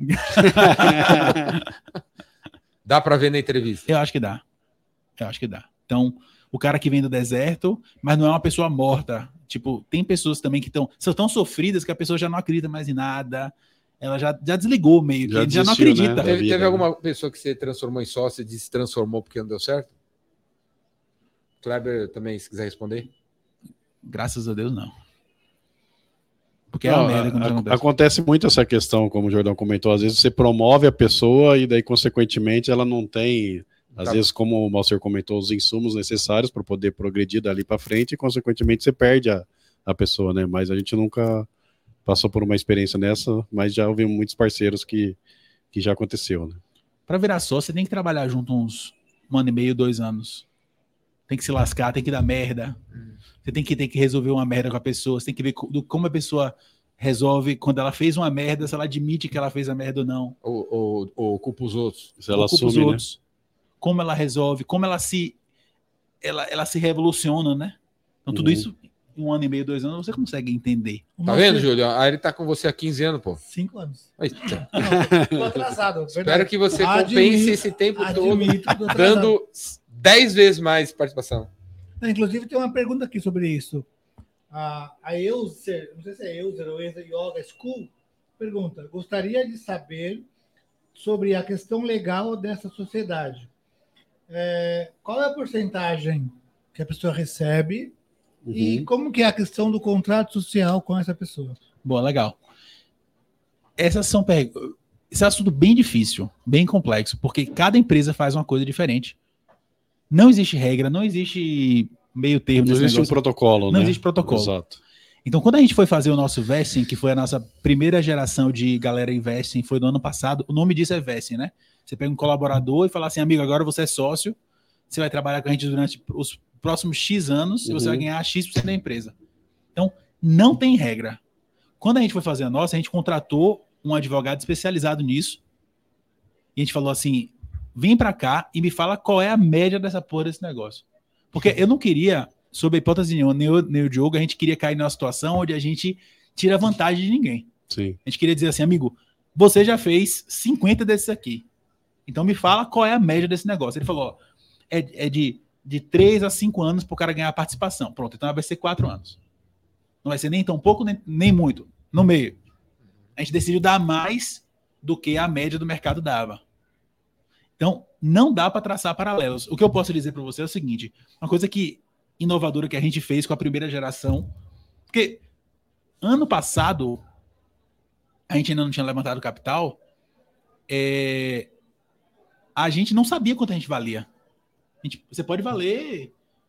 Dá pra ver na entrevista. Eu acho que dá. Eu acho que dá. Então, o cara que vem do deserto, mas não é uma pessoa morta. Tipo, tem pessoas também que estão são tão sofridas que a pessoa já não acredita mais em nada. Ela já, já desligou meio, Já que já não desistiu, acredita. né? Teve, vida, teve né? alguma pessoa que você transformou em sócio e se transformou porque não deu certo? Kleber também, se quiser responder. Graças a Deus, não. Porque é Não, uma merda quando a- isso a- acontece. acontece muito essa questão, como o Jordão comentou, às vezes você promove a pessoa e daí, consequentemente, ela não tem, às Tá. vezes, como o Malcer comentou, os insumos necessários para poder progredir dali para frente e, consequentemente, você perde a, a pessoa, né? Mas a gente nunca passou por uma experiência nessa, mas já ouvimos muitos parceiros que, que já aconteceu, né? Para virar sócio, você tem que trabalhar junto uns um ano e meio, dois anos. Tem que se lascar, tem que dar merda. Você tem que, tem que resolver uma merda com a pessoa, você tem que ver co- do- como a pessoa resolve quando ela fez uma merda, se ela admite que ela fez a merda ou não. Ou, ou, ou culpa os outros. Se ela Ou culpa os assume, né? outros. Como ela resolve, como ela se ela, ela se revoluciona, né? Então tudo Uhum. isso em um ano e meio, dois anos, você consegue entender. O Tá Moacir, vendo, Júlio? Aí ele tá com você há quinze anos, pô. Cinco anos. Eita. Não, tô atrasado. verdade. Espero que você Admito- compense esse tempo todo admito que tô atrasado. dando dez vezes mais participação. Não, inclusive, tem uma pergunta aqui sobre isso. A, a Euser, não sei se é Euser ou Euser Yoga School, pergunta: gostaria de saber sobre a questão legal dessa sociedade. É, qual é a porcentagem que a pessoa recebe Uhum. e como que é a questão do contrato social com essa pessoa? Bom, legal. Essas são perguntas. Esse é um assunto bem difícil, bem complexo, porque cada empresa faz uma coisa diferente. Não existe regra, não existe meio termo. Não nesse existe um negócio. protocolo, Não né? existe protocolo. Exato. Então, quando a gente foi fazer o nosso vesting, que foi a nossa primeira geração de galera em vesting, foi no ano passado, o nome disso é vesting, né? Você pega um colaborador e fala assim, amigo, agora você é sócio, você vai trabalhar com a gente durante os próximos X anos e você Uhum. vai ganhar X por cento da empresa. Então, não tem regra. Quando a gente foi fazer a nossa, a gente contratou um advogado especializado nisso e a gente falou assim, vem pra cá e me fala qual é a média dessa porra desse negócio. Porque eu não queria, sob a hipótese nenhuma, nem o, nem o Diogo, a gente queria cair numa situação onde a gente tira vantagem de ninguém. Sim. A gente queria dizer assim, amigo, você já fez cinquenta desses aqui. Então me fala qual é a média desse negócio. Ele falou, ó, é, é de, de três a cinco anos para o cara ganhar a participação. Pronto, então vai ser quatro anos. Não vai ser nem tão pouco, nem, nem muito. No meio. A gente decidiu dar mais do que a média do mercado dava. Então, não dá para traçar paralelos. O que eu posso dizer para você é o seguinte, uma coisa que inovadora que a gente fez com a primeira geração, porque ano passado a gente ainda não tinha levantado capital, é, a gente não sabia quanto a gente valia. A gente, você pode valer...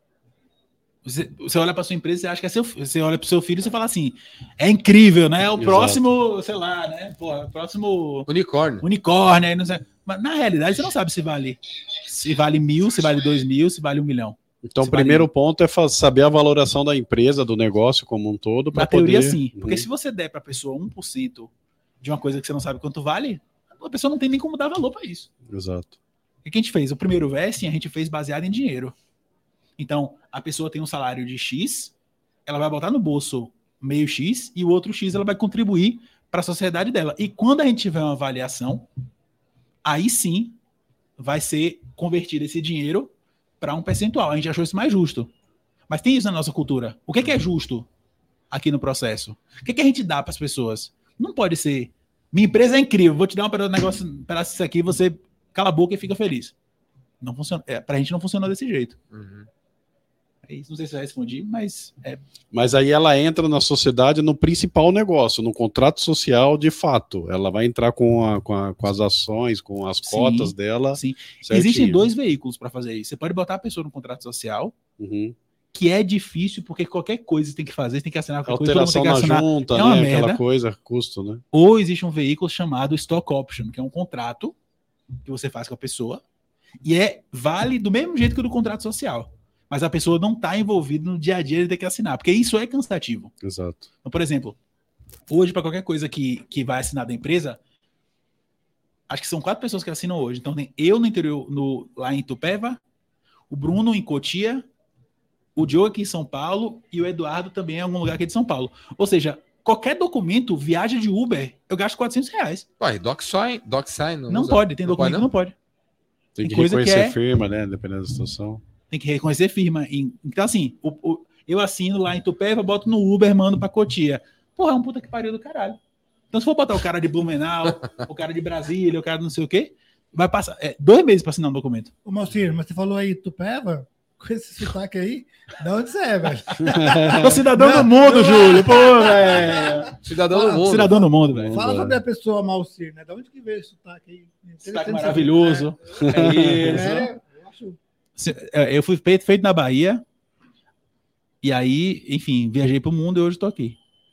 Você, você olha para sua empresa, você acha que é seu, você olha para o seu filho e você fala assim, é incrível, né? É o Exato. próximo, sei lá, né? Pô, é o próximo Unicórnio. unicórnio, aí não sei. Mas na realidade você não sabe se vale, se vale mil, se vale dois mil, se vale um milhão. Então, o Se primeiro vale- ponto é fa- saber a valoração da empresa, do negócio como um todo. Na Para teoria, poder... sim. Porque Uhum. se você der para a pessoa um por cento de uma coisa que você não sabe quanto vale, a pessoa não tem nem como dar valor para isso. Exato. O que a gente fez? O primeiro vesting a gente fez baseado em dinheiro. Então, a pessoa tem um salário de X, ela vai botar no bolso meio X e o outro X ela vai contribuir para a sociedade dela. E quando a gente tiver uma avaliação, aí sim vai ser convertido esse dinheiro para um percentual. A gente achou isso mais justo. Mas tem isso na nossa cultura. O que é, que é justo aqui no processo? O que é que a gente dá para as pessoas? Não pode ser, minha empresa é incrível, vou te dar um pedaço, negócio, um pedaço disso aqui, você cala a boca e fica feliz. Não funciona. É, para a gente não funciona desse jeito. Uhum. É isso, não sei se eu respondi, mas é, Mas aí ela entra na sociedade no principal negócio, no contrato social de fato. Ela vai entrar com, a, com, a, com as ações, com as Sim, cotas dela. assim, certinho. existem dois veículos para fazer isso. Você pode botar a pessoa no contrato social, Uhum. que é difícil, porque qualquer coisa você tem que fazer, você tem que assinar qualquer coisa, todo mundo Alteração tem que na assinar. junta, é uma né? merda. Aquela coisa, custo, né? Ou existe um veículo chamado stock option, que é um contrato que você faz com a pessoa e é vale do mesmo jeito que o do contrato social. Mas a pessoa não está envolvida no dia a dia de ter que assinar, porque isso é cansativo. Exato. Então, por exemplo, hoje, para qualquer coisa que, que vai assinar da empresa, acho que são quatro pessoas que assinam hoje. Então, tem eu no interior, no, lá em Itupeva, o Bruno em Cotia, o Diogo aqui em São Paulo e o Eduardo também em algum lugar aqui de São Paulo. Ou seja, qualquer documento, viagem de Uber, eu gasto quatrocentos reais. Pai, DocSign, DocSign não, Não usa? pode, tem Não documento pode, que não pode. Tem Tem que coisa que reconhecer é- firma, né? Dependendo da situação. Tem que reconhecer firma. Então, assim, o, o- eu assino lá em Itupeva, boto no Uber, mando pra Cotia. Porra, é um puta que pariu do caralho. Então, se for botar o cara de Blumenau, o cara de Brasília, o cara de não sei o quê, vai passar é, dois meses pra assinar um documento. Ô, Malcir, mas você falou aí Tupéva? Com esse sotaque aí? Da onde você é, velho? Tô cidadão Não, do mundo, não é. Júlio. Pô, velho. Cidadão do Fala, mundo. Cidadão do mundo, velho. Fala Vamos sobre lá. a pessoa Malcir, né? Da onde que veio esse sotaque aí? Sotaque Interessante maravilhoso. saber. É É, isso. é, eu acho. Se- é, Eu fui feito, feito na Bahia. E aí, enfim, viajei pro mundo e hoje tô aqui.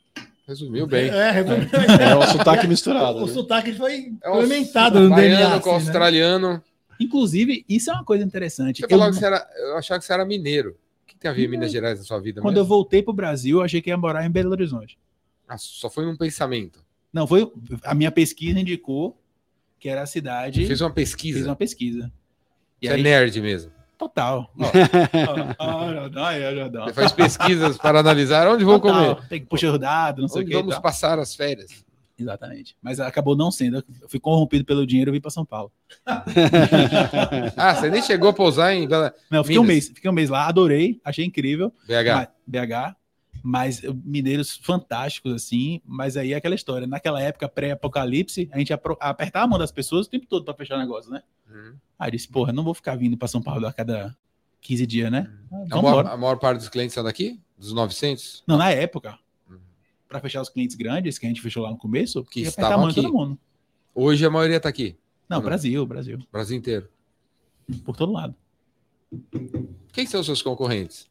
Resumiu bem. É, resumiu. É o sotaque misturado. O né? sotaque foi É o implementado no D N A. baiano com assim, né? australiano. Inclusive, isso é uma coisa interessante. Você falou eu, que você era. Eu achava que você era mineiro. O que tem a ver em Não. Minas Gerais na sua vida? Quando mesmo? eu voltei pro Brasil, eu achei que ia morar em Belo Horizonte. Ah, só foi num pensamento. Não, foi. A minha pesquisa indicou que era a cidade. Você fez uma pesquisa. Fiz uma pesquisa. E Você aí, é nerd mesmo. total. Ó, ó, ó, Jordão, aí, Jordão. Você faz pesquisas para analisar onde vou Total. comer. Tem que puxar o dado, não sei Onde o que. e vamos tal. passar as férias. Exatamente. Mas acabou não sendo. Eu fui corrompido pelo dinheiro e vim para São Paulo. Ah, você nem chegou a pousar em Bela... Não, eu fiquei um Minas. mês. Fiquei um mês lá, adorei, achei incrível. B H. Mas- B H. Mas eu- mineiros fantásticos, assim. Mas aí é aquela história. Naquela época pré-apocalipse, a gente apro- apertava a mão das pessoas o tempo todo para fechar negócio, né? Uhum. Aí eu disse, porra, não vou ficar vindo para São Paulo a cada quinze dias, né? Ah, A vamos maior, embora. a maior parte dos clientes são daqui? Dos novecentos? Não, na época, Uhum. para fechar os clientes grandes, que a gente fechou lá no começo, Que ia apertar a estavam mão de todo aqui. mundo. Hoje a maioria está aqui. Não, Não. Brasil, Brasil. Brasil inteiro. Por todo lado. Quem são os seus concorrentes?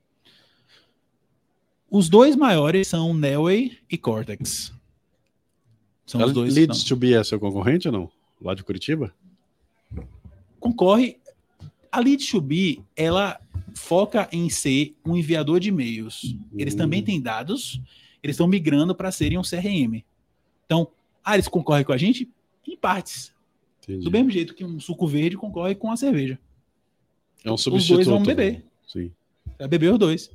Os dois maiores são Nelway e Cortex. São A os dois. Leads não. to be é seu concorrente ou não? Lá de Curitiba? Concorre. A Lead to Be, ela foca em ser um enviador de e-mails. Eles Hum. também têm dados, eles estão migrando para serem um C R M. Então, ah, eles concorrem com a gente? Em partes. Entendi. Do mesmo jeito que um suco verde concorre com a cerveja. É um Os substituto. dois vão beber. Sim. Vai beber os dois.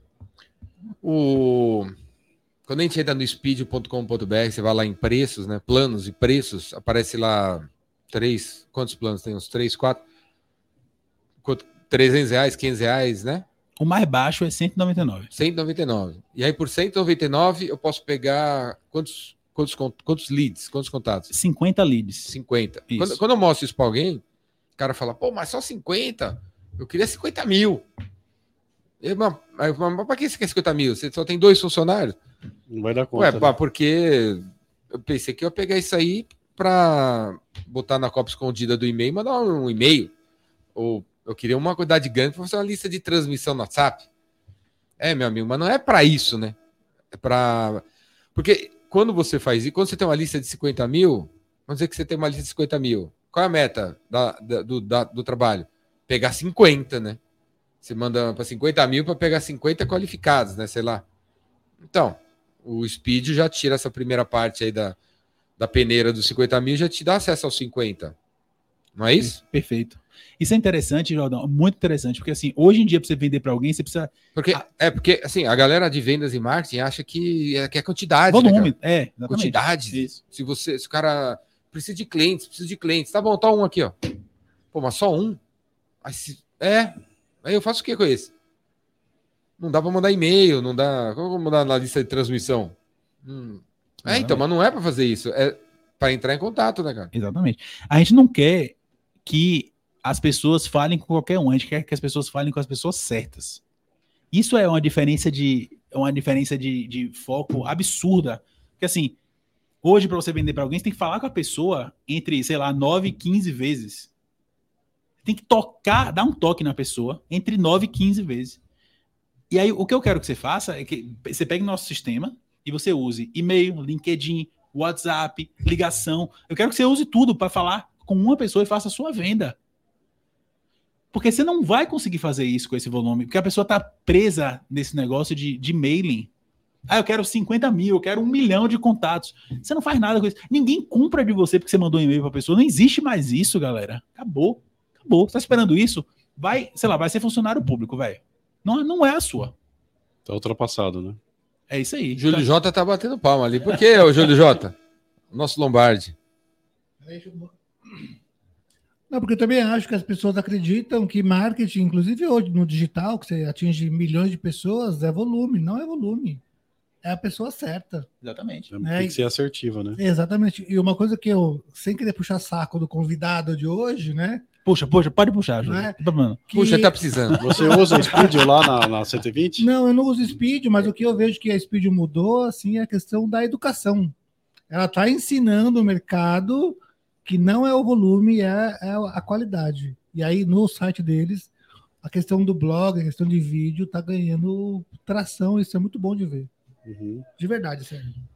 O... Quando a gente entra no speed ponto com ponto b r, você vai lá em preços, né? Planos e preços, aparece lá três. Quantos planos tem? Uns três, quatro? Quanto? trezentos reais, quinhentos reais, né? O mais baixo é cento e noventa e nove. cento e noventa e nove. E aí, por cento e noventa e nove, eu posso pegar quantos, quantos, con- quantos leads, quantos contatos? cinquenta leads. cinquenta. Isso. Quando, quando eu mostro isso para alguém, o cara fala, pô, mas só cinquenta? Eu queria cinquenta mil. Eu, mas, mas, mas pra que você quer cinquenta mil? Você só tem dois funcionários? Não vai dar Ué, conta. pá, né? porque eu pensei que eu ia pegar isso aí para botar na cópia escondida do e-mail e mandar um e-mail. Ou eu queria uma quantidade grande para fazer uma lista de transmissão no WhatsApp. É, meu amigo, mas não é para isso, né? É para. Porque quando você faz isso, quando você tem uma lista de cinquenta mil, vamos dizer que você tem uma lista de cinquenta mil. Qual é a meta da, da- do, da- do trabalho? Pegar cinquenta, né? Você manda para cinquenta mil para pegar cinquenta qualificados, né? Sei lá. Então, o Speed já tira essa primeira parte aí da, da peneira dos cinquenta mil, já te dá acesso aos cinquenta. Não é isso? Perfeito. Isso é interessante, Jordão, muito interessante, porque assim, hoje em dia, para você vender para alguém, você precisa. Porque, é porque, assim, a galera de vendas e marketing acha que é, que é quantidade. Volume. Né, é, cara? exatamente. Quantidade. Isso. Se você, se o cara precisa de clientes, precisa de clientes. Tá bom, tá um aqui, ó. Pô, mas só um? Aí se, é. Aí eu faço o que com esse? Não dá para mandar e-mail, não dá. Como eu vou mandar na lista de transmissão? Hum. É, então, mas não é para fazer isso. É para entrar em contato, né, cara? Exatamente. A gente não quer que as pessoas falem com qualquer um, a gente quer que as pessoas falem com as pessoas certas. Isso é uma diferença de é uma diferença de, de foco absurda. Porque assim, hoje para você vender para alguém, você tem que falar com a pessoa entre, sei lá, nove e quinze vezes. Tem que tocar, dar um toque na pessoa entre nove e quinze vezes. E aí, o que eu quero que você faça é que você pegue nosso sistema e você use e-mail, LinkedIn, WhatsApp, ligação. Eu quero que você use tudo para falar com uma pessoa e faça a sua venda. Porque você não vai conseguir fazer isso com esse volume, porque a pessoa está presa nesse negócio de, de mailing. Ah, eu quero cinquenta mil, eu quero um milhão de contatos. Você não faz nada com isso. Ninguém compra de você porque você mandou um e-mail para a pessoa. Não existe mais isso, galera. Acabou. Acabou. Você tá esperando isso? Vai, sei lá, vai ser funcionário público, velho. Não, não é a sua. Tá ultrapassado, né? É isso aí. Júlio Tá- J tá batendo palma ali. Por que, ô Júlio J? Nosso Lombardi. Não, porque eu também acho que as pessoas acreditam que marketing, inclusive hoje no digital, que você atinge milhões de pessoas, é volume. Não é volume. É a pessoa certa. Exatamente. Tem É, que ser assertiva, né? Exatamente. E uma coisa que eu, sem querer puxar saco do convidado de hoje, né? Puxa, puxa, pode puxar, Júlio. Não é? Não tem problema. que- Puxa, tá precisando. Você usa o Speed lá na, na cento e vinte? Não, eu não uso Speed, mas o que eu vejo que a Speed mudou, assim, é a questão da educação. Ela está ensinando o mercado que não é o volume, é, é a qualidade. E aí, no site deles, a questão do blog, a questão de vídeo, está ganhando tração. Isso é muito bom de ver. Uhum. De verdade, sério.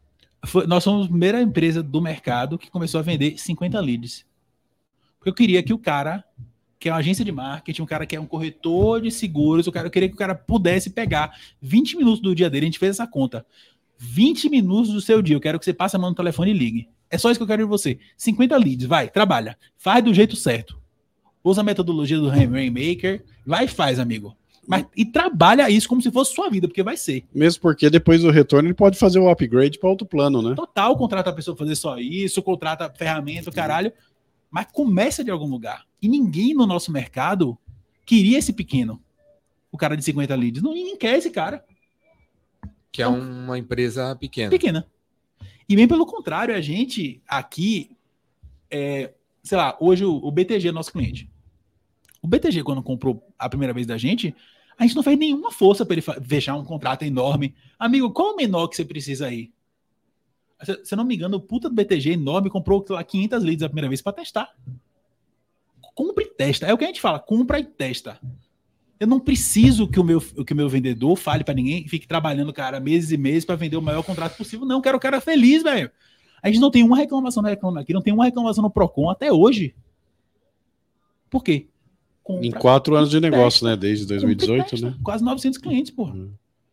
Foi, nós somos a primeira empresa do mercado que começou a vender cinquenta leads. Porque eu queria que o cara, que é uma agência de marketing, um cara que é um corretor de seguros, o cara, eu queria que o cara pudesse pegar vinte minutos do dia dele, a gente fez essa conta. vinte minutos do seu dia, eu quero que você passe a mão no telefone e ligue. É só isso que eu quero de você. cinquenta leads, vai, trabalha. Faz do jeito certo. Usa a metodologia do Rainmaker, vai e faz, amigo. Mas, e trabalha isso como se fosse sua vida, porque vai ser. Mesmo porque depois do retorno ele pode fazer o upgrade para outro plano, né? Total, contrata a pessoa pra fazer só isso, contrata ferramenta, caralho. Mas começa de algum lugar. E ninguém no nosso mercado queria esse pequeno. O cara de cinquenta leads. Não, ninguém quer esse cara. Que é uma empresa pequena. Pequena. E bem pelo contrário, a gente aqui, é, sei lá, hoje o, o B T G é nosso cliente. O B T G, quando comprou a primeira vez da gente, a gente não fez nenhuma força para ele fechar um contrato enorme. Amigo, qual o menor que você precisa aí? Se, se eu não me engano, o puta do B T G enorme comprou lá, quinhentas leads a primeira vez para testar. Compra e testa. É o que a gente fala, compra e testa. Eu não preciso que o meu, que o meu vendedor fale para ninguém, fique trabalhando, cara, meses e meses para vender o maior contrato possível. Não, quero o cara feliz, velho. A gente não tem uma reclamação no Reclama Aqui, não tem uma reclamação no Procon até hoje. Por quê? Compra, em quatro anos de negócio, testa, né? Desde dois mil e dezoito, né? Quase novecentos clientes, porra. Uhum.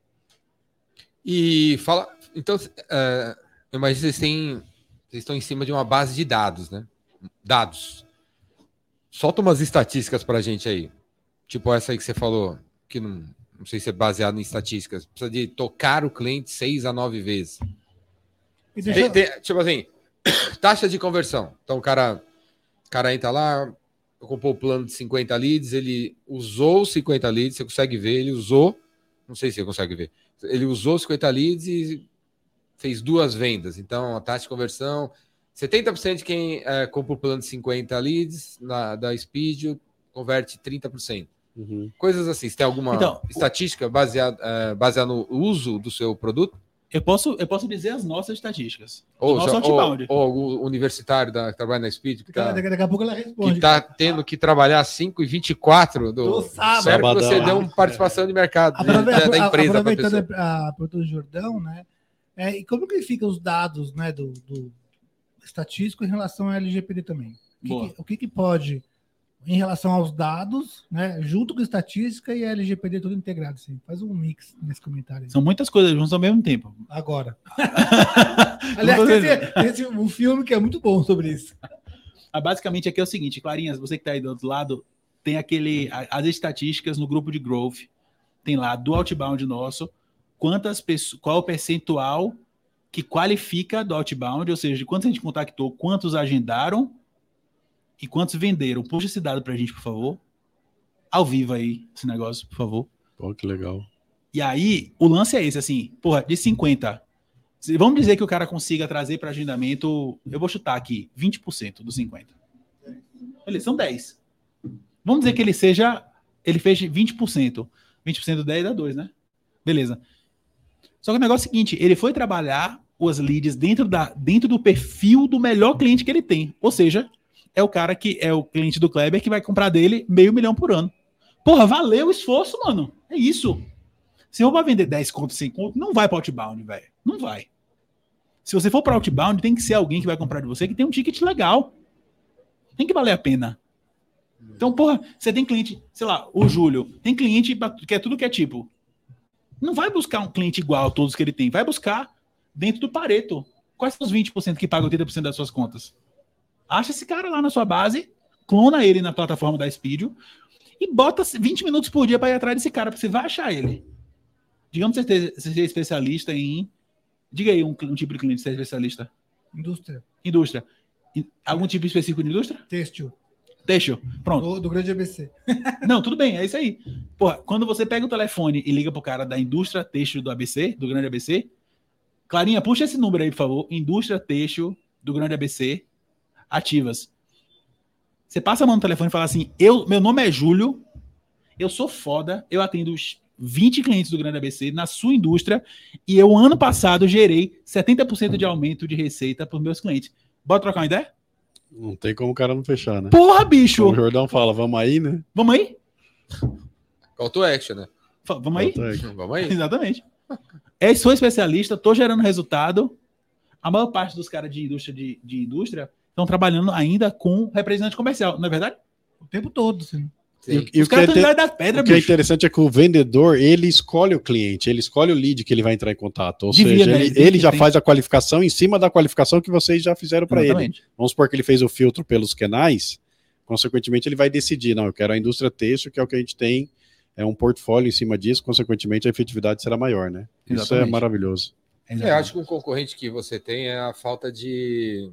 E fala... Então, uh, eu imagino que vocês têm... Vocês estão em cima de uma base de dados, né? Dados. Solta umas estatísticas pra gente aí. Tipo essa aí que você falou, que não, não sei se é baseado em estatísticas. Precisa de tocar o cliente seis a nove vezes. Tem, tem, tipo assim, taxa de conversão. Então o cara, o cara entra lá, comprou o plano de cinquenta leads, ele usou cinquenta leads, você consegue ver, ele usou, não sei se você consegue ver, ele usou cinquenta leads e fez duas vendas. Então a taxa de conversão, setenta por cento de quem é, compra o plano de cinquenta leads na, da Speed converte trinta por cento. Uhum. Coisas assim. Você tem alguma então, estatística baseada, uh, baseada no uso do seu produto? Eu posso, eu posso dizer as nossas estatísticas. Ou, nosso ou, ou o universitário da, que trabalha na Speed, que tá, daqui a pouco ela responde. Que está tendo que trabalhar cinco e vinte e quatro do, do sábado. Sério que você deu uma participação de mercado Aprove de, da empresa. Aproveitando a, a pergunta do Jordão, né? É, e como que ficam os dados, né, do, do estatístico em relação ao L G P D também? O que, que, o que, que pode... em relação aos dados, né, junto com estatística e a L G P D tudo integrado, assim. Faz um mix nesse comentário. São muitas coisas juntas ao mesmo tempo. Agora. Aliás, tem esse, um filme que é muito bom sobre isso. Ah, basicamente aqui é o seguinte, Clarinhas, você que está aí do outro lado, tem aquele, as estatísticas no grupo de Growth, tem lá do outbound nosso, quantas pessoas, qual o percentual que qualifica do outbound, ou seja, de quantos a gente contactou, quantos agendaram, e quantos venderam? Puxa esse dado pra gente, por favor. Ao vivo aí, esse negócio, por favor. Pô, que legal. E aí, o lance é esse, assim, porra, de cinquenta. Vamos dizer que o cara consiga trazer para agendamento, eu vou chutar aqui, vinte por cento dos cinquenta. Eles são dez. Vamos dizer que ele seja, ele fez vinte por cento. vinte por cento do dez dá dois, né? Beleza. Só que o negócio é o seguinte, ele foi trabalhar os leads dentro, da, dentro do perfil do melhor cliente que ele tem. Ou seja... é o cara que é o cliente do Kleber que vai comprar dele meio milhão por ano. Porra, valeu o esforço, mano. É isso. Se eu vou vender dez conto, cem conto, não vai para outbound, velho. Não vai. Se você for para outbound, tem que ser alguém que vai comprar de você que tem um ticket legal. Tem que valer a pena. Então, porra, você tem cliente, sei lá, o Júlio, tem cliente que é tudo que é tipo. Não vai buscar um cliente igual a todos que ele tem. Vai buscar dentro do Pareto. Quais são os vinte por cento que pagam oitenta por cento das suas contas? Acha esse cara lá na sua base, clona ele na plataforma da Speedio e bota vinte minutos por dia para ir atrás desse cara, porque você vai achar ele. Digamos que você seja especialista em... Diga aí um, um tipo de cliente que você é especialista. Indústria. Indústria. Algum tipo específico de indústria? Têxtil. Têxtil. Pronto. Do, do grande A B C. Não, tudo bem, é isso aí. Porra, quando você pega o telefone e liga pro cara da indústria têxtil do A B C, do grande A B C, Clarinha, puxa esse número aí, por favor. Indústria têxtil do grande A B C, ativas. Você passa a mão no telefone e fala assim, eu, meu nome é Júlio, eu sou foda, eu atendo os vinte clientes do grande A B C na sua indústria e eu, ano passado, gerei setenta por cento de aumento de receita para os meus clientes. Bora trocar uma ideia? Não tem como o cara não fechar, né? Porra, bicho! Como o Jordão fala, vamos aí, né? Vamos aí? Call to action, né? Vamos aí? Vamos aí. Exatamente. É, sou especialista, tô gerando resultado. A maior parte dos caras de indústria de, de indústria estão trabalhando ainda com representante comercial, não é verdade? O tempo todo, sim. E, e Os o que, é, caras estão inter- da pedra, o que é bicho. interessante é que o vendedor, ele escolhe o cliente, ele escolhe o lead que ele vai entrar em contato. Ou Devia, seja, né? ele, Ele tem ele que- já tem- faz a qualificação em cima da qualificação que vocês já fizeram para ele. Exatamente. Vamos supor que ele fez o filtro pelos canais, consequentemente ele vai decidir, não, eu quero a indústria têxtil, que é o que a gente tem, é um portfólio em cima disso, consequentemente a efetividade será maior, né? Isso é Exatamente. maravilhoso. Exatamente. É, acho que um concorrente que você tem é a falta de,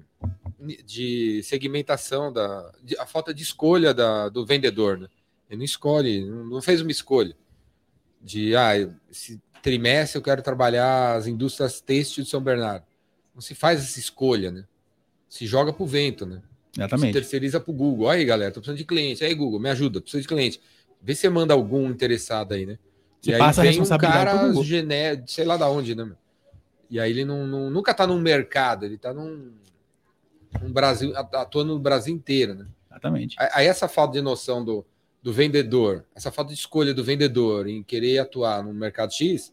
de segmentação, da, de- a falta de escolha da, do vendedor, né? Ele não escolhe, não não fez uma escolha de, ah, esse trimestre eu quero trabalhar as indústrias têxteis de São Bernardo. Não se faz essa escolha, né? Se joga pro vento, né? Se Exatamente. terceiriza pro Google. Aí, galera, tô precisando de cliente. Aí, Google, me ajuda, preciso de cliente. Vê se você manda algum interessado aí, né? Você e aí passa a vem um responsabilidade pro cara Google. gené, sei lá da onde, né? Meu? E aí ele não, não- nunca tá num mercado, ele tá num, num Brasil, atuando no Brasil inteiro, né? Exatamente. Aí essa falta de noção do, do vendedor, essa falta de escolha do vendedor em querer atuar no mercado X,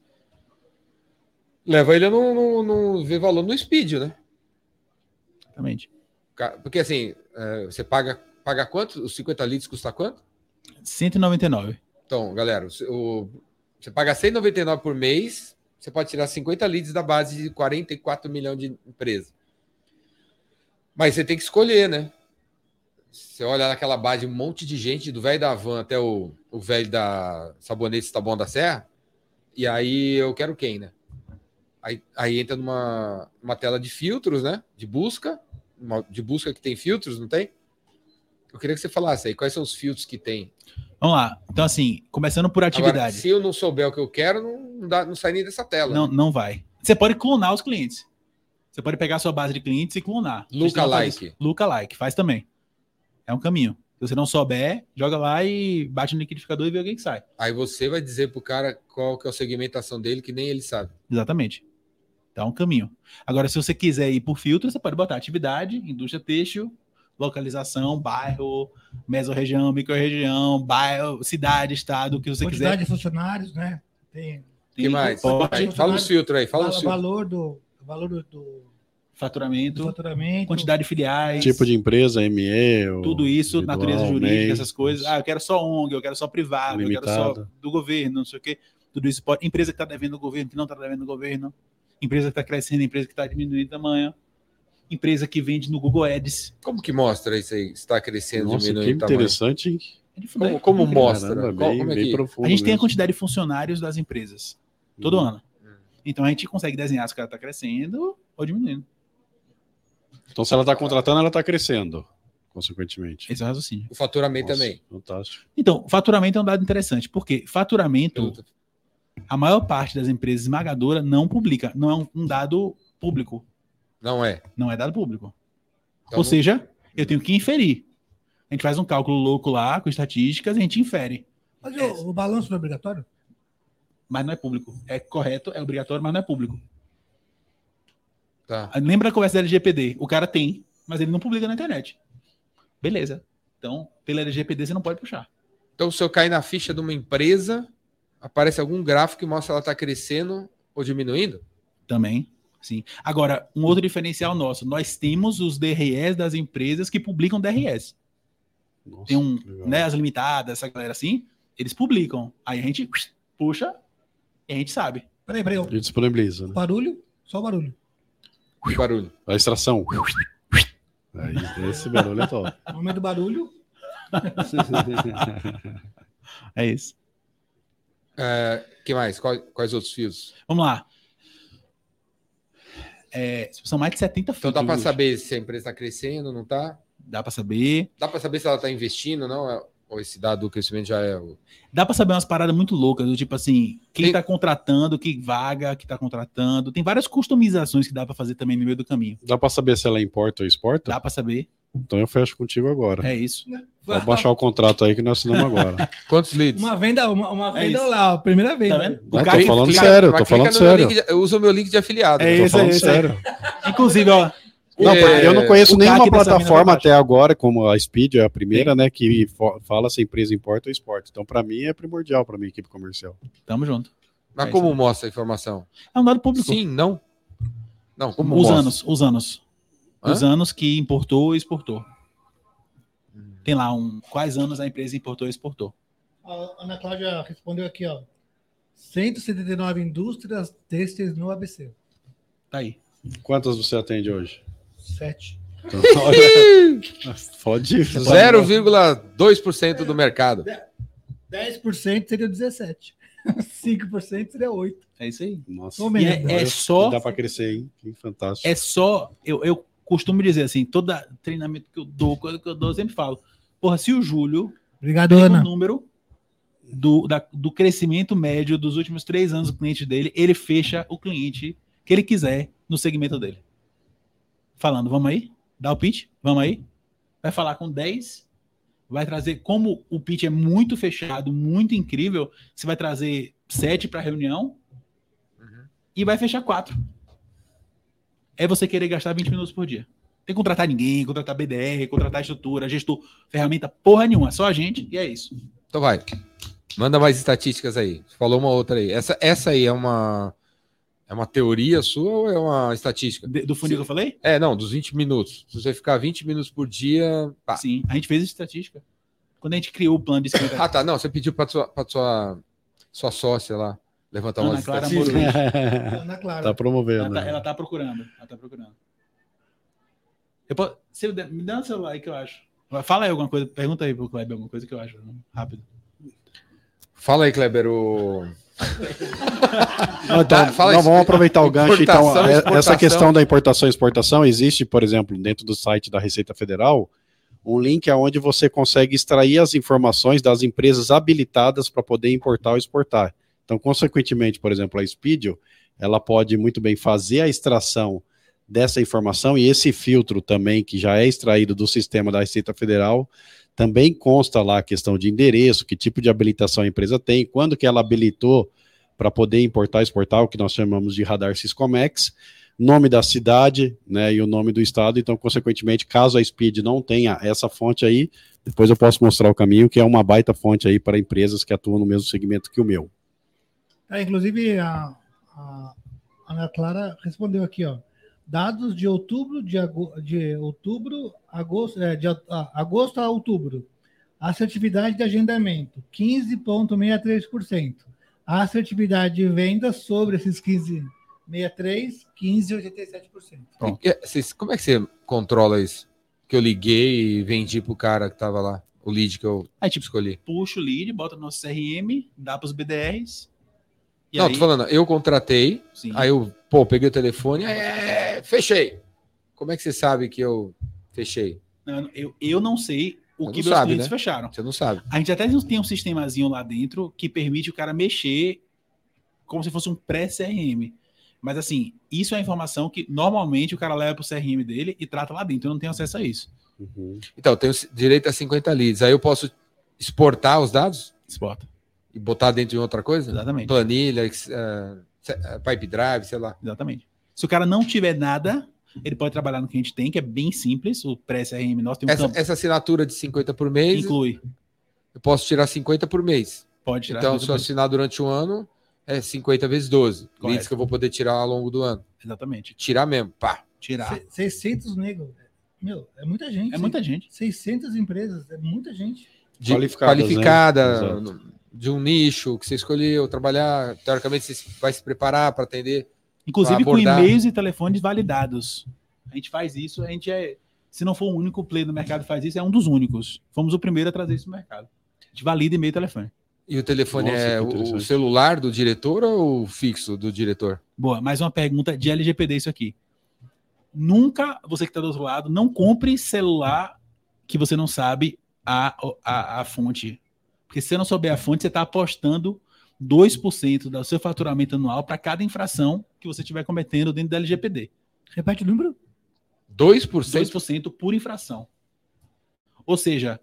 leva ele a não, não, não ver valor no speed, né? Exatamente. Ca- Porque assim, é, você paga, paga quanto? Os cinquenta litros custa quanto? cento e noventa e nove. Então, galera, o, o- você paga cento e noventa e nove por mês, você pode tirar cinquenta leads da base de quarenta e quatro milhões de empresas. Mas você tem que escolher, né? Você olha naquela base, um monte de gente, do velho da van até o, o velho da Sabonete Taboão da Serra, e aí eu quero quem, né? Aí, aí entra numa uma tela de filtros, né? De busca, uma- de busca que tem filtros, não tem? Eu queria que você falasse aí, quais são os filtros que tem? Vamos lá. Então, assim, começando por Agora, atividade. se eu não souber o que eu quero, não, dá, não sai nem dessa tela. Não, não vai. Você pode clonar os clientes. Você pode pegar a sua base de clientes e clonar. Lookalike. Lookalike, faz também. É um caminho. Se você não souber, joga lá e bate no liquidificador e vê alguém que sai. Aí você vai dizer pro cara qual que é a segmentação dele, que nem ele sabe. Exatamente. Então é um caminho. Agora, se você quiser ir por filtro, você pode botar atividade, indústria têxtil, localização, bairro, mesorregião, microrregião, bairro, cidade, estado, o que você Quantidade quiser. de funcionários, né? Tem O que mais? Pode, Vai, fala os filtros aí, fala val- os filtros. valor do valor do, do faturamento, faturamento, quantidade de filiais, Tipo de empresa, M E, ou tudo isso, individual, natureza jurídica, M E I, essas coisas. Ah, eu quero só O N G, eu quero só privado, eu quero só Limitada. do governo, não sei o quê. Tudo isso pode. Empresa que está devendo ao governo, que não está devendo ao governo. Empresa que está crescendo, empresa que está diminuindo de tamanho. Empresa que vende no Google Ads. Como que mostra isso aí? Está crescendo, Nossa, que diminuindo o tamanho? interessante, hein? É de fuder. Como, como Incrível. mostra? Caramba, Qual- bem, como é bem que... profundo A gente tem a mesmo. quantidade de funcionários das empresas todo Hum. ano. Então a gente consegue desenhar se o cara está crescendo ou diminuindo. Então, se ela está contratando, ela está crescendo, consequentemente. Esse é o raciocínio. O faturamento Nossa, também. Fantástico. Então, faturamento é um dado interessante, porque faturamento, Eu- a maior parte das empresas esmagadoras não publica, não é um, um dado público, Não é. não é dado público. Então, Ou não- seja, eu tenho que inferir. A gente faz um cálculo louco lá, com estatísticas, e a gente infere. Mas o, o balanço não é obrigatório? Mas não é público. É correto, é obrigatório, mas não é público. Tá. Lembra a conversa da L G P D? O cara tem, mas ele não publica na internet. Beleza. Então, pela L G P D você não pode puxar. Então, se eu cair na ficha de uma empresa, aparece algum gráfico que mostra se ela está crescendo ou diminuindo? Também, sim. Agora, um outro diferencial nosso, nós temos os D R Es das empresas que publicam D R Es. Nossa, Tem um, que legal. né, as limitadas, essa galera assim, eles publicam. Aí a gente puxa e a gente sabe. Peraí, peraí. E disponibiliza, né? Barulho, só barulho. Que barulho. A extração. Aí, esse barulho é top. No momento do barulho, É isso. É, que mais? Quais, quais outros fios? Vamos lá. É, são mais de setenta Então dá filtros. para saber se a empresa está crescendo, não está? Dá para saber. Dá para saber se ela está investindo, não? É- Ou esse dado do crescimento já é o... Dá para saber umas paradas muito loucas, do tipo assim, quem Tem- está contratando, que vaga que está contratando. Tem várias customizações que dá para fazer também no meio do caminho. Dá pra saber se ela importa ou exporta? Dá para saber. Então eu fecho contigo agora. É isso. Pode baixar o contrato aí que nós assinamos agora. Quantos leads? uma venda, uma, uma É venda isso. lá, a primeira venda. Tá vendo? Ah, cara- tô falando clica- sério, mas tô falando clica no meu sério. link de- eu uso o meu link de afiliado. É né? Tô isso, falando é isso aí. sério. Inclusive, ó, Não, É, porque eu não conheço o nenhuma C A C dessa plataforma mina vai até agora, como a Speed é a primeira, né, que fo- fala se a empresa importa ou exporta. Então, para mim, é primordial para minha equipe comercial. tamo junto. Mas É como isso. mostra a informação? É um dado público. Sim, não? Não, como Os mostra? anos, os anos. Hã? Os anos que importou e exportou. Tem lá um, quais anos a empresa importou e exportou. A Ana Cláudia respondeu aqui, ó. cento e setenta e nove indústrias têxteis no A B C. Tá aí. Quantas você atende hoje? Sete. Então, olha, pode. zero vírgula dois por cento do mercado. dez por cento seria dezessete. cinco por cento seria oito. É isso aí. Nossa, Tô E mesmo. é, é olha, só, dá para crescer, hein? Que fantástico. é só, eu, eu costumo dizer assim, todo treinamento que eu dou, coisa que eu dou, eu sempre falo, porra, se o Júlio Obrigado, tem Ana. um número do, da- do crescimento médio dos últimos três anos do cliente dele, ele fecha o cliente que ele quiser no segmento dele. Falando, vamos aí? Dá o pitch? Vamos aí? Vai falar com dez, vai trazer, como o pitch é muito fechado, muito incrível, você vai trazer sete para reunião e vai fechar quatro. É você querer gastar vinte minutos por dia. Tem que contratar ninguém, contratar B D R, contratar estrutura, gestor, ferramenta, porra nenhuma, só a gente e é isso. Então vai. Manda mais estatísticas aí. Você falou uma outra aí. Essa, essa aí é uma, é uma teoria sua ou é uma estatística? De- do funil que eu falei? É, não, dos vinte minutos. Se você ficar vinte minutos por dia. Pá. Sim, a gente fez estatística. Quando a gente criou o plano de escrita. Ah, tá. Não, você pediu para sua, pra sua, sua sócia lá levantar Ana umas Clara estatísticas. Moruí. Ana Clara. Tá promovendo. Ela tá, né? ela tá procurando. Ela tá procurando. Eu posso, se eu der- me dá um celular aí que eu acho. Fala aí alguma coisa, pergunta aí pro Kleber alguma coisa que eu acho. Rápido. Fala aí, Kleber. O... Não, então, Tá, fala não, isso. vamos aproveitar o gancho. Então, Importação, é- exportação. essa questão da importação e exportação existe, por exemplo, dentro do site da Receita Federal, um link onde você consegue extrair as informações das empresas habilitadas para poder importar ou exportar. Então, consequentemente, por exemplo, a Speedio, ela pode muito bem fazer a extração dessa informação e esse filtro também, que já é extraído do sistema da Receita Federal, também consta lá a questão de endereço, que tipo de habilitação a empresa tem, quando que ela habilitou para poder importar e exportar, o que nós chamamos de radar Siscomex, nome da cidade, né, e o nome do estado. Então, consequentemente, caso a Speed não tenha essa fonte aí, depois eu posso mostrar o caminho, que é uma baita fonte aí para empresas que atuam no mesmo segmento que o meu. É, inclusive, a, a Ana Clara respondeu aqui, ó. Dados de outubro, de, ago, de outubro, agosto, é, de a, agosto a outubro. Assertividade de agendamento, quinze vírgula sessenta e três por cento. A assertividade de vendas sobre esses quinze vírgula sessenta e três por cento, quinze vírgula oitenta e sete por cento. E- e- vocês- Como é que você controla isso? Que eu liguei e vendi pro cara que tava lá. O lead que eu Aí, tipo, escolhi. puxa o lead, bota no nosso C R M, dá pros B D Rs. E Não, aí, tô falando, eu contratei, sim. aí eu, pô, peguei o telefone, é, fechei. Como é que você sabe que eu fechei? Não, eu, eu não sei o Não que meus sabe, clientes né? fecharam. Você não sabe. A gente até tem um sistemazinho lá dentro que permite o cara mexer como se fosse um pré-C R M. Mas assim, isso é a informação que normalmente o cara leva pro C R M dele e trata lá dentro. Eu não tenho acesso a isso. Uhum. Então, eu tenho direito a cinquenta leads. Aí eu posso exportar os dados Exporta. e botar dentro de outra coisa? Exatamente. Planilha, ex- eh, se- eh, pipe drive, sei lá. Exatamente. Se o cara não tiver nada, ele pode trabalhar no que a gente tem, que é bem simples. O pré-C R M nosso tem um Essa, campo essa assinatura de cinquenta por mês, que inclui. eu posso tirar cinquenta por mês. Pode tirar. Então, tudo se eu isso. assinar durante um ano, é cinquenta vezes doze. Correto. Leads que eu vou poder tirar ao longo do ano. Exatamente. Tirar mesmo, pá. Tirar. Se- seiscentos negros. Meu, é muita gente. É muita gente. seiscentas empresas, é muita gente. De Qualificadas, qualificada, né? Exato. no- de um nicho que você escolheu trabalhar. Teoricamente, você vai se preparar para atender. Inclusive Pra com abordar. e-mails e telefones validados. A gente faz isso, a gente é. Se não for o único player no mercado que faz isso, é um dos únicos. Fomos o primeiro a trazer isso no mercado. A gente valida e-mail e telefone. E o telefone Nossa, é que o- o interessante. celular do diretor ou o fixo do diretor? Boa, mais uma pergunta de L G P D isso aqui. Nunca, você que está do outro lado, não compre celular que você não sabe a, a, a fonte. Porque se você não souber a fonte, você está apostando dois por cento do seu faturamento anual para cada infração que você estiver cometendo dentro da L G P D. Repete o número? dois por dois cento? por cento por infração. Ou seja,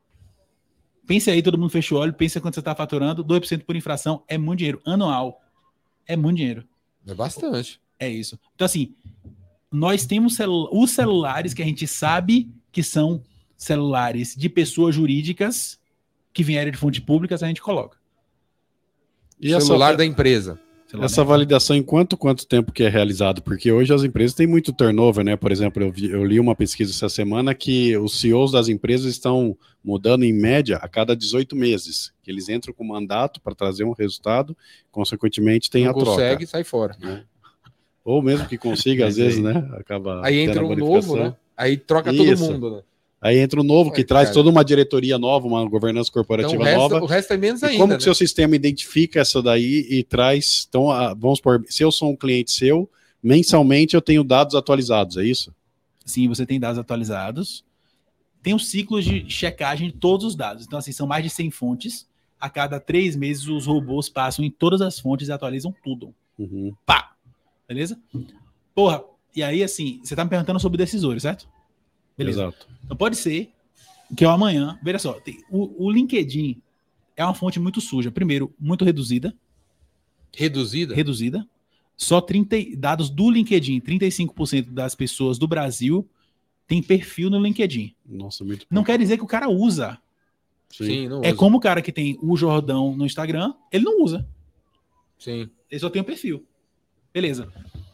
pense aí, todo mundo fecha o olho, pensa quanto você está faturando, dois por cento por infração é muito dinheiro. Anual. É muito dinheiro. É bastante. É isso. Então, assim, nós temos celu- os celulares que a gente sabe que são celulares de pessoas jurídicas que vieram de fontes públicas, a gente coloca. E essa- celular da empresa. lá, Essa né? validação, em quanto, quanto tempo que é realizado? Porque hoje as empresas têm muito turnover, né? Por exemplo, eu, vi, eu li uma pesquisa essa semana que os C E Os das empresas estão mudando em média a cada dezoito meses. Que eles entram com mandato para trazer um resultado, consequentemente tem Não a troca. consegue, sai fora. Né? Ou mesmo que consiga, às Mas vezes, aí- né? Acaba Aí tendo entra a um bonificação. novo, né? Aí troca todo Isso. mundo, né? Aí entra o novo, que Ué, traz cara. toda uma diretoria nova, uma governança Então corporativa o resto, nova. o resto é menos E ainda, como né? que o seu sistema identifica essa daí e traz, então, a- vamos supor, se eu sou um cliente seu, mensalmente eu tenho dados atualizados, é isso? Sim, você tem dados atualizados. Tem um ciclo de checagem de todos os dados. Então, assim, são mais de cem fontes. A cada três meses, os robôs passam em todas as fontes e atualizam tudo. Uhum. Pá! Beleza? Porra, e aí, assim, você tá me perguntando sobre decisores, certo? Beleza. Exato. Então, pode ser que eu amanhã... Veja só, tem, o, o LinkedIn é uma fonte muito suja. Primeiro, muito reduzida. Reduzida? Reduzida. Só trinta e- dados do LinkedIn, trinta e cinco por cento das pessoas do Brasil tem perfil no LinkedIn. Nossa, muito Não pouco. quer dizer que o cara usa. Sim. Sim, não É usa. como o cara que tem o Jordão no Instagram, ele não usa. Sim. Ele só tem o perfil. Beleza.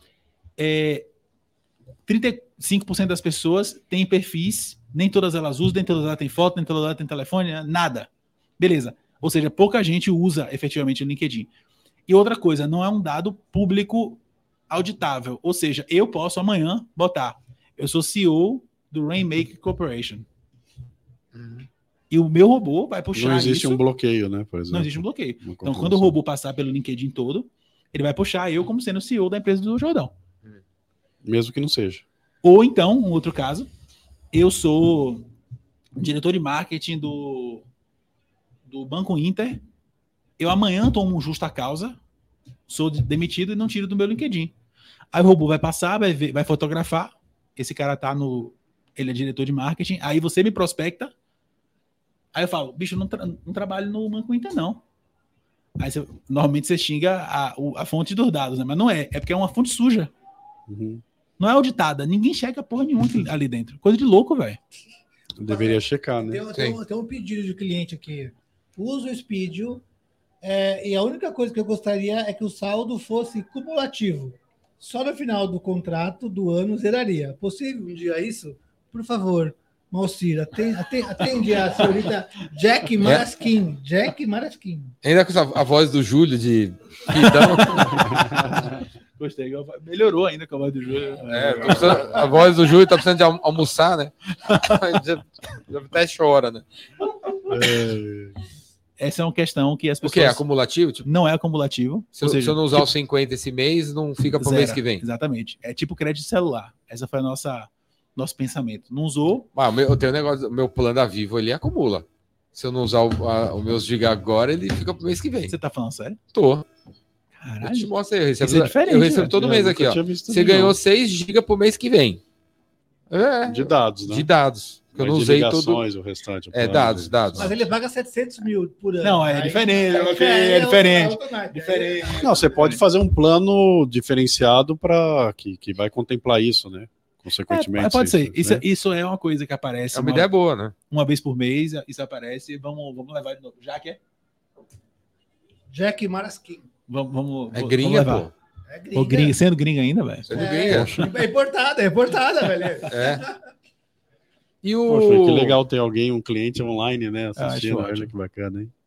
É, trinta e cinco por cento das pessoas têm perfis, nem todas elas usam, nem todas elas têm foto, nem todas elas têm telefone, nada. Beleza. Ou seja, pouca gente usa efetivamente o LinkedIn. E outra coisa, não é um dado público auditável. Ou seja, eu posso amanhã botar, eu sou C E O do Rainmaker Corporation. Uhum. E o meu robô vai puxar Não existe isso. um bloqueio, né, por exemplo. Não existe um bloqueio. Uma Então, comprovação. quando o robô passar pelo LinkedIn todo, ele vai puxar eu como sendo o C E O da empresa do Jordão. Mesmo que não seja. Ou então, um outro caso, eu sou diretor de marketing do, do Banco Inter, eu amanhã tomo justa causa, sou demitido e não tiro do meu LinkedIn. Aí o robô vai passar, vai, ver, vai fotografar, esse cara tá no... ele é diretor de marketing, aí você me prospecta, aí eu falo, bicho, não, tra não trabalho no Banco Inter, não. Aí você, normalmente você xinga a, a fonte dos dados, né? Mas não é, é porque é uma fonte suja. Uhum. Não é auditada. Ninguém checa porra nenhuma ali dentro. Coisa de louco, velho. Deveria checar, né? Tem, tem, um, tem um pedido de cliente aqui. Uso o Speedio é, e a única coisa que eu gostaria é que o saldo fosse cumulativo. Só no final do contrato do ano zeraria. Possível um dia isso? Por favor, Malcir, atende, atende, atende a senhorita Jack Maraskin. Jack Maraskin. Ainda com essa, a voz do Júlio de Pidão. Gostei. Melhorou ainda com a voz do Júlio. É, tô precisando- a voz do Júlio tá precisando de alm- almoçar, né? já, já até chora, né? Essa é uma questão que as O pessoas... que é acumulativo? Tipo, Não é acumulativo. se, eu, ou seja, se eu não usar os cinquenta esse mês, não fica pro zero. mês que vem. Exatamente. É tipo crédito celular. Essa foi a nossa nosso pensamento. Não usou, Ah, o meu, eu tenho um negócio, o meu plano da Vivo, ele acumula. Se eu não usar o, a, os meus giga agora, ele fica pro mês que vem. você tá falando sério? Tô. Eu te Caralho. mostro aí. Eu recebo, Isso é diferente, eu recebo velho. todo Eu mês nunca aqui, ó. tinha visto Você também, ganhou não. seis giga pro mês que vem. É, De dados, né? de dados. Que eu Mas não de usei ligações, tudo. o restante. o É, plano, dados, né? dados. Mas ele paga setecentos mil por ano. Não, é Aí- diferente, aí ok, já é diferente. outro naipe. Diferente. Não, você pode fazer um plano diferenciado para que, que vai contemplar isso, né? Consequentemente. É, pode ser. Isso, né? isso é uma coisa que aparece É uma uma, ideia boa, né? uma vez por mês, isso aparece. Vamos, vamos levar de novo. Já que é? Jack Maraskin. Vamos, vamos, É vamos gringa, levar. pô. É Ô, gringa, sendo gringa ainda, velho. Sendo É, gringa. é importada, é importada, velho. É. E o. Poxa, que legal ter alguém, um cliente online, né? Assistindo. acho Olha ótimo. que bacana, hein?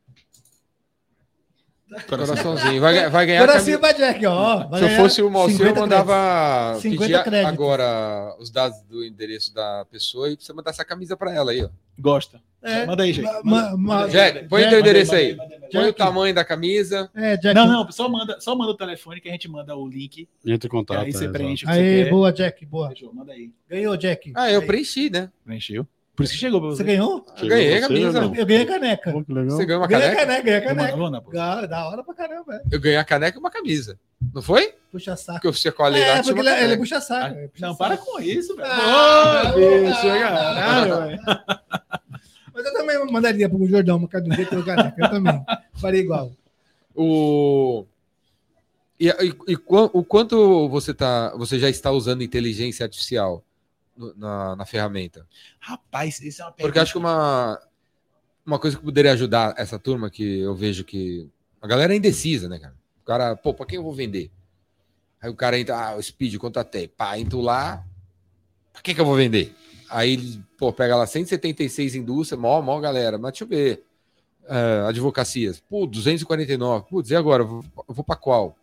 Coraçãozinho. Vai, ga- vai ganhar a camisa. Coração Jack, ó. vai Se eu ganhar fosse o Malcir, eu cinquenta mandava cinquenta pedir créditos. agora os dados do endereço da pessoa e você mandar essa camisa pra ela aí, ó. Gosta. É. Manda aí, gente. Ma- Manda- ma- manda aí. Jack, põe Jack, teu endereço aí. Manda manda Põe o Jack. tamanho da camisa. É, Jack. Não, não, só manda, só manda o telefone que a gente manda o link. Entre em E contato. aí você é, preenche o que Aí, você quer. boa, Jack, boa. Fechou, manda aí. Ganhou, Jack. Ah, eu Aí. preenchi, né? Preencheu. Por isso que chegou pra você. Você ganhou? Eu ganhei a Chegou você, camisa. não? Eu ganhei a caneca. Pô, que legal. Você ganhou uma Ganhei a caneca? caneca, ganhei a Vou mandar, caneca. vou mandar, pô. Cara, da hora pra caramba. é. Eu ganhei a caneca e uma camisa. Não foi? Puxa saco. Porque eu fui com a Leila. É, porque ele, ele puxa saco. Ah, ele puxa Não, saco. para com isso, velho. Ah, Ô, não, bicho, não, caralho, não. velho. Mas eu também mandaria pro Jordão uma camiseta pelo caneca. Eu também. Faria igual. O... E, e- e quan- o quanto você, tá, você já está usando inteligência artificial no- na, na ferramenta? Rapaz, isso é uma pergunta. Porque acho que uma, uma coisa que poderia ajudar essa turma, que eu vejo que a galera é indecisa, né, cara? O cara, pô, pra quem eu vou vender? Aí o cara entra, ah, o Speed, quanto até? Pá, entro lá, pra quem que eu vou vender? Aí ele, pô, pega lá cento e setenta e seis indústria, mó, mó galera, mas deixa eu ver. Uh, advocacias, pô, duzentos e quarenta e nove, putz, e agora? Eu vou, eu vou pra qual?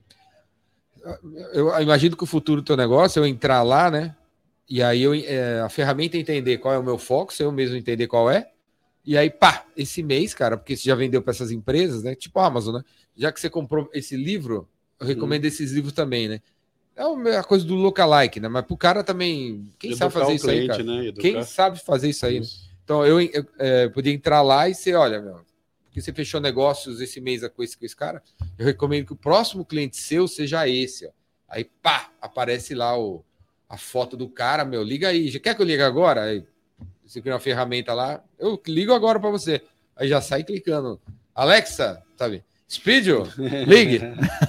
Eu, eu imagino que o futuro do teu negócio, eu entrar lá, né? E aí eu, é, a ferramenta é entender qual é o meu foco, se eu mesmo entender qual é. E aí, pá, esse mês, cara, porque você já vendeu para essas empresas, né? Tipo a Amazon, né? Já que você comprou esse livro, eu recomendo hum. esses livros também, né? É a coisa do lookalike, né? Mas pro cara também, quem Educar sabe fazer isso cliente, aí, cara? Né? Quem sabe fazer isso aí, né? Então eu, eu é, podia entrar lá e ser, olha, meu, porque você fechou negócios esse mês com esse, com esse cara, eu recomendo que o próximo cliente seu seja esse, ó. Aí, pá, aparece lá o, a foto do cara, meu, liga aí, já quer que eu ligue agora? Aí você cria uma ferramenta lá, eu ligo agora para você. Aí já sai clicando. Alexa, sabe? Speedio, ligue.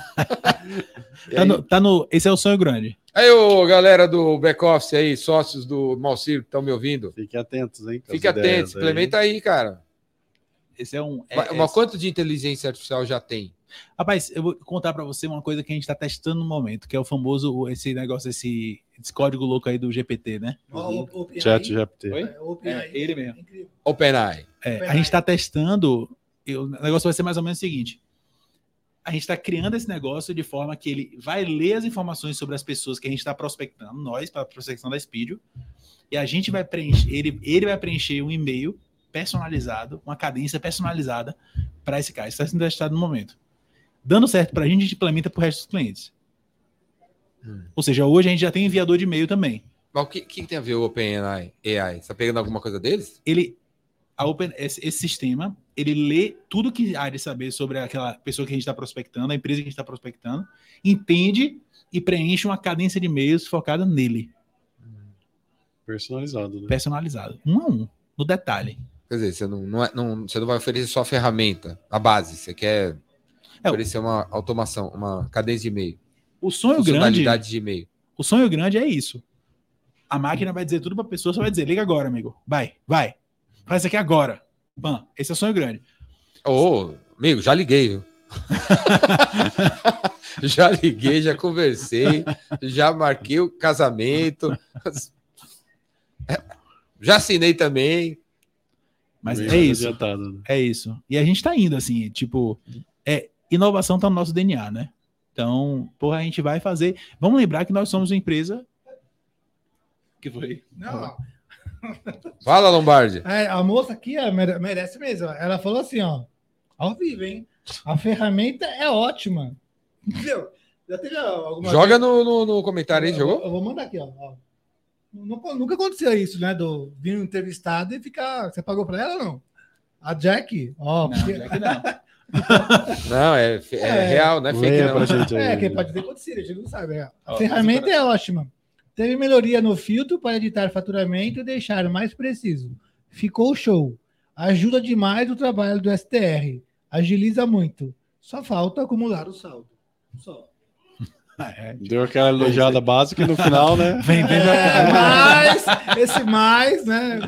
tá, no, tá no. Esse é o sonho grande. Aí, ô, galera do back-office aí, sócios do Malcir que estão me ouvindo. Fiquem atentos, hein? Fiquem atentos, aí. Implementa aí, cara. Esse é um. É, mas, mas quanto de inteligência artificial já tem? Rapaz, eu vou contar para você uma coisa que a gente está testando no momento, que é o famoso, esse negócio, esse, esse código louco aí do G P T, né? Uhum. Chat G P T. É, é, ele mesmo. OpenAI. É, a gente está testando, eu, o negócio vai ser mais ou menos o seguinte, a gente está criando esse negócio de forma que ele vai ler as informações sobre as pessoas que a gente está prospectando, nós, para a prospecção da Speedio, e a gente vai preencher, ele, ele vai preencher um e-mail personalizado, uma cadência personalizada para esse cara. Isso está sendo testado no momento. Dando certo para a gente, a gente implementa para o resto dos clientes. Hum. Ou seja, hoje a gente já tem enviador de e-mail também. Mas o que, que tem a ver o OpenAI? A I? Você está pegando alguma coisa deles? Ele, a Open, esse, esse sistema, ele lê tudo que há de saber sobre aquela pessoa que a gente está prospectando, a empresa que a gente está prospectando, entende e preenche uma cadência de e-mails focada nele. Personalizado, né? Personalizado. Um a um, no detalhe. Quer dizer, você não, não, é, não, você não vai oferecer só a ferramenta, a base, você quer... É, oferecer uma automação, uma cadência de e-mail. O sonho grande, de e-mail. O sonho grande é isso. A máquina vai dizer tudo para a pessoa, só vai dizer, liga agora, amigo. Vai, vai. Faz isso aqui agora. Bam, esse é o sonho grande. Ô, oh, amigo, já liguei, viu? Já liguei, já conversei, já marquei o casamento. Já assinei também. Mas é isso. É isso. E a gente tá indo assim, tipo, é inovação tá no nosso D N A, né? Então, porra, a gente vai fazer. Vamos lembrar que nós somos uma empresa. Que foi? Não. Fala, Lombardi. É, a moça aqui ó, merece mesmo. Ela falou assim, ó, ao vivo, hein? A ferramenta é ótima. Entendeu? Já teve alguma Joga no, no, no comentário aí, eu, jogou? Eu vou mandar aqui, ó. ó. Nunca, nunca aconteceu isso, né? Do vir um entrevistado e ficar. Você pagou para ela ou não? A Jack? Ó, não, porque... Jack não. Não, é, é, é real, não é fake não. Gente, é, quem pode dizer pode ser, a gente não sabe. A Ó, ferramenta é ótima. Teve melhoria no filtro para editar faturamento e deixar mais preciso. Ficou show. Ajuda demais o trabalho do S T R. Agiliza muito. Só falta acumular o saldo. Só. É. Deu aquela elogiada básica no final, né? Vem, vem é, mais, esse mais, né?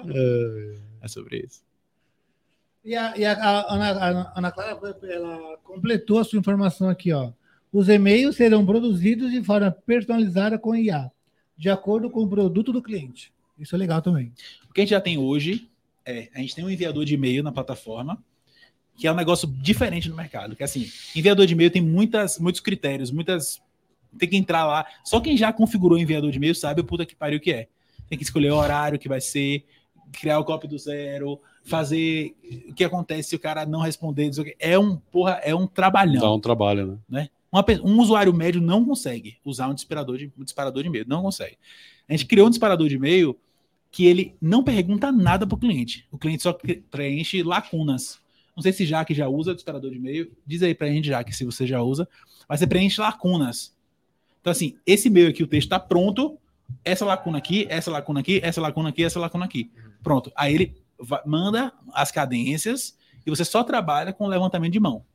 É sobre isso. E a, e a, a, Ana, a Ana Clara ela completou a sua informação aqui, ó. Os e-mails serão produzidos de forma personalizada com I A, de acordo com o produto do cliente. Isso é legal também. O que a gente já tem hoje é, a gente tem um enviador de e-mail na plataforma, que é um negócio diferente no mercado, que assim, enviador de e-mail tem muitas, muitos critérios, muitas... Tem que entrar lá. Só quem já configurou o enviador de e-mail sabe o puta que pariu que é. Tem que escolher o horário que vai ser, criar o copy do zero, fazer o que acontece se o cara não responder. É um, porra, é um trabalhão. Dá um trabalho, né? né? Uma, um usuário médio não consegue usar um disparador de, um disparador de e-mail, não consegue. A gente criou um disparador de e-mail que ele não pergunta nada para o cliente. O cliente só preenche lacunas. Não sei se Jaque já usa o disparador de e-mail. Diz aí para a gente, Jaque, se você já usa. Mas você preenche lacunas. Então, assim, esse e-mail aqui, o texto está pronto. Essa lacuna aqui, essa lacuna aqui, essa lacuna aqui, essa lacuna aqui. Pronto. Aí ele vai, manda as cadências e você só trabalha com o levantamento de mão.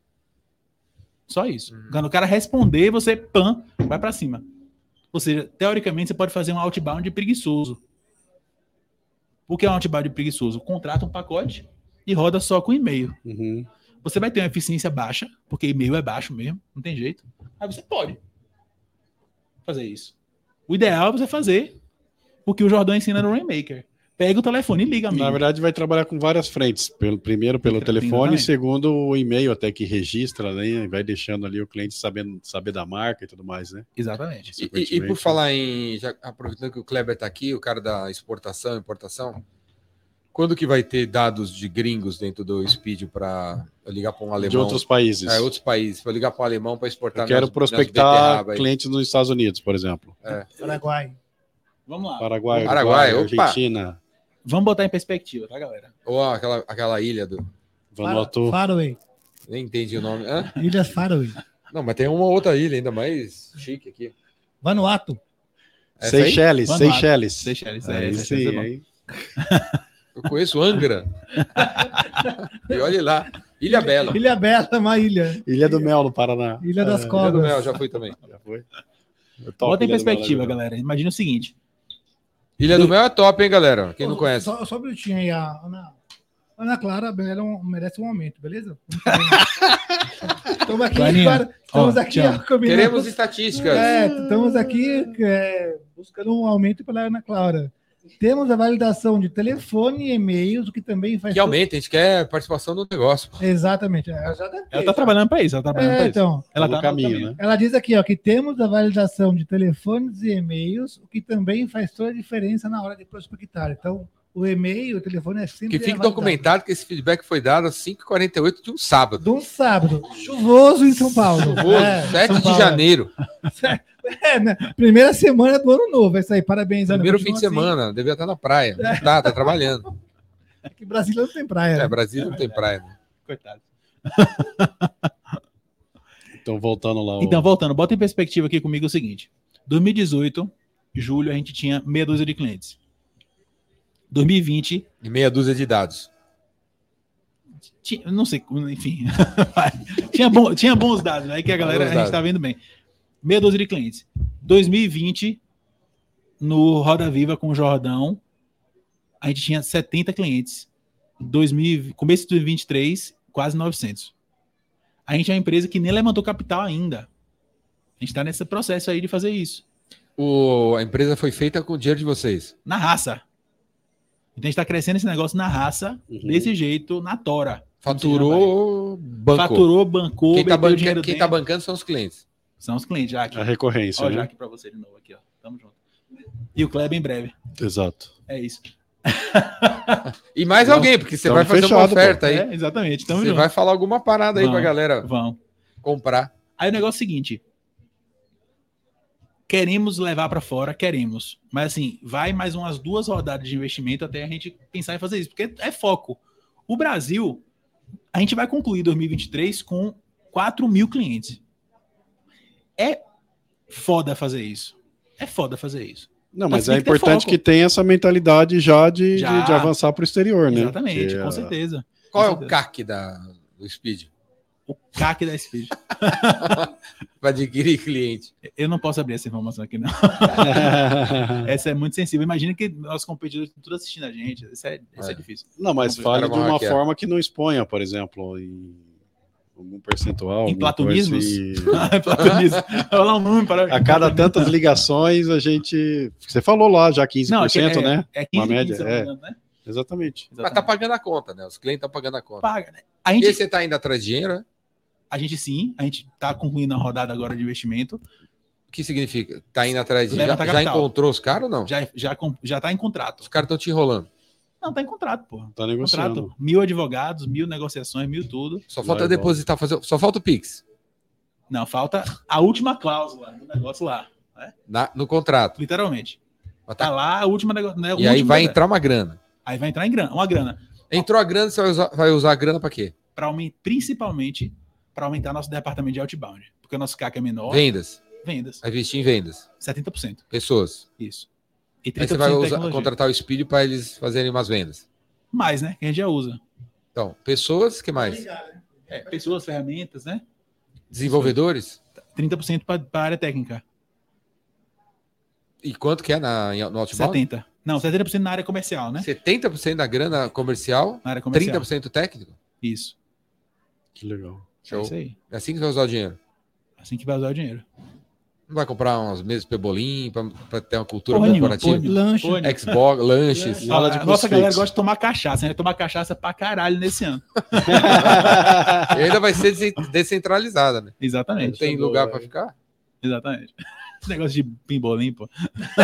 Só isso. Uhum. Quando o cara responder, você, pam, vai para cima. Ou seja, teoricamente, você pode fazer um outbound preguiçoso. O que é um outbound preguiçoso? Contrata um pacote e roda só com e-mail. Uhum. Você vai ter uma eficiência baixa, porque e-mail é baixo mesmo, não tem jeito. Aí você pode fazer isso. O ideal é você fazer o que o Jordão ensina no Rainmaker. Pega o telefone e liga, amigo. Na verdade, vai trabalhar com várias frentes. Pelo, primeiro pelo Fica, telefone, exatamente. segundo o e-mail até que registra, né? E vai deixando ali o cliente sabendo, saber da marca e tudo mais, né? Exatamente. E, e- e por falar em, já aproveitando que o Kleber está aqui, o cara da exportação, importação, quando que vai ter dados de gringos dentro do Speed para ligar para um alemão? De outros países. É, outros países, para ligar para um alemão para exportar. Eu quero nas- nas prospectar beterraba aí. clientes nos Estados Unidos, por exemplo. Paraguai. Vamos lá. Paraguai, Paraguai, Uruguai, opa. Argentina, Vamos botar em perspectiva, tá, galera? Ou aquela, aquela ilha do. Vanuatu. Faroe. Nem entendi o nome. Hã? Ilhas Faroe. Não, mas tem uma outra ilha ainda mais chique aqui. Vanuatu. Essa aí? Seychelles, Vanuatu. Seychelles. Seychelles, É é, isso Seychelles aí, é bom. hein? Eu conheço Angra. E olha lá. Ilha Bela. Ilha Bela, uma ilha. Ilha do Mel, no Paraná. Ilha das É, Ilha do Cobras. Mel, já fui também. Já foi. É top, Bota em Ilha do Mel, perspectiva, né? galera. Imagina o seguinte. Ilha do Mel é top, hein, galera? Quem não Só- conhece. Só, só um minutinho aí, a Ana, Ana Clara ela um- merece um aumento, beleza? Estamos aqui, Clarinha, claro, estamos ó, aqui tchau. ó, combinando- Queremos estatísticas. É, estamos aqui é, buscando um aumento pela Ana Clara. Temos a validação de telefone e e-mails, o que também faz. Que aumenta, a gente quer participação no negócio. Exatamente. Ela já deve ter. Ela tá trabalhando pra isso, ela tá trabalhando É, pra isso. então. Ela Tá no caminho, né? Ela diz aqui ó, que temos a validação de telefones e e-mails, o que também faz toda a diferença na hora de prospectar. Então, o e-mail, o telefone é sempre. Que fique validado. documentado que esse feedback foi dado às cinco e quarenta e oito de um sábado. De um sábado, chuvoso em São Paulo. Chuvoso, É, sete São de Paulo. janeiro. É, né? Primeira semana do ano novo. Essa aí, parabéns, Ana. Primeiro fim Continua de assim. semana. Devia estar na praia. Não tá, tá trabalhando. É que Brasília não tem praia. É, né? Brasil não tem praia. Né? Coitado. Então, voltando lá. o- Então, voltando, bota em perspectiva aqui comigo o seguinte. dois mil e dezoito, julho, a gente tinha meia dúzia de clientes. dois mil e vinte, E meia dúzia de dados. tinha, não sei, enfim. tinha, bom, tinha bons dados, né? Que a galera, Bons a gente dados. tá vendo bem. Meia dúzia de clientes. dois mil e vinte, no Roda Viva com o Jordão, a gente tinha setenta clientes. dois mil, começo de dois mil e vinte e três, quase novecentos. A gente é uma empresa que nem levantou capital ainda. A gente está nesse processo aí de fazer isso. O, a empresa foi feita com o dinheiro de vocês. Na raça. Então a gente está crescendo esse negócio na raça, Uhum. desse jeito, na tora. Faturou, bancou. Faturou, bancou, Quem, tá, meteu ban dinheiro quem tá dentro. bancando são os clientes. São os clientes, Jaque. A recorrência, Ó, né? Jaque pra você de novo aqui, ó. Tamo junto. E o Kleber em breve. Exato. É isso. E mais Não, alguém, porque você tamo vai fazer fechado, uma oferta aí. É, exatamente. Tamo Você junto. vai falar alguma parada aí Vamos. pra galera Vão. comprar. Aí o negócio é o seguinte. Queremos levar para fora, queremos. Mas assim, vai mais umas duas rodadas de investimento até a gente pensar em fazer isso, porque é foco. O Brasil, a gente vai concluir dois mil e vinte e três com quatro mil clientes. É foda fazer isso. É foda fazer isso. Não, Mas mas tem é que ter importante foco. que tenha essa mentalidade já de, Já. de, de avançar para o exterior, né? Exatamente, Porque, com ah, certeza. Qual é Com o certeza. C A C da, do Speed? O C A C da Speed. Para adquirir cliente. Eu não posso abrir essa informação aqui, não. Essa é muito sensível. Imagina que nossos competidores estão todos assistindo a gente. Isso é, isso é É. difícil. Não, mas Os fale caras de vão uma hackear. forma que não exponha, por exemplo, em algum percentual. Em alguma platonismos? coisa assim. Platonismo. Vou lá um número para... A cada tantas ligações, a gente. Você falou lá já quinze por cento, é, né? É quinze, Uma média, quinze, se eu não me é. engano, né? Exatamente. Mas tá pagando a conta, né? Os clientes estão pagando a conta. Paga, né? A E gente, você tá indo atrás de dinheiro, né? a gente sim, a gente tá concluindo a rodada agora de investimento. O que significa? Tá indo atrás de. Já, Levantar já capital. encontrou os caras ou não? Já, já, com- já tá em contrato. Os caras estão te enrolando. Não, tá em contrato, pô. Tá negociando. Contrato. Mil advogados, mil negociações, mil tudo. Só falta Vai, depositar, fazer. Só falta o Pix Não, falta a última cláusula do negócio lá. Né? na- no contrato. Literalmente. Mas Tá tá- lá a última negócio. Né, o E aí último vai negócio. entrar uma grana. Aí vai entrar em grana, uma grana. Entrou a grana, você vai usar, vai usar a grana pra quê? Pra aumentar, principalmente para aumentar nosso departamento de outbound. Porque o nosso C A C é menor. Vendas. Vendas. Vai investir em vendas. setenta por cento. Pessoas. Isso. E Aí trinta você por vai cento de usar, tecnologia. contratar o Speed para eles fazerem umas vendas. Mais, né? Que a gente já usa. Então, pessoas, que mais? É, pessoas, ferramentas, né? Desenvolvedores? trinta por cento para a área técnica. E quanto que é na, em- no outbound? setenta por cento. Não, setenta por cento na área comercial, né? setenta por cento da grana comercial, Na área comercial. trinta por cento técnico. Isso. Que legal. É isso aí. É assim que vai usar o dinheiro. Assim que vai usar o dinheiro. Não vai comprar umas mesas pebolim para ter uma cultura Porra nenhuma, corporativa? porra nenhuma. Lanche. Porra nenhuma. Xbox, lanches. Fala de a nossa crucifixo. galera gosta de tomar cachaça, né? Tomar cachaça pra caralho nesse ano. E ainda vai ser desen- descentralizada, né? Não Exatamente. tem boa, lugar é. para ficar. Exatamente. Esse negócio de pimbolim, pô.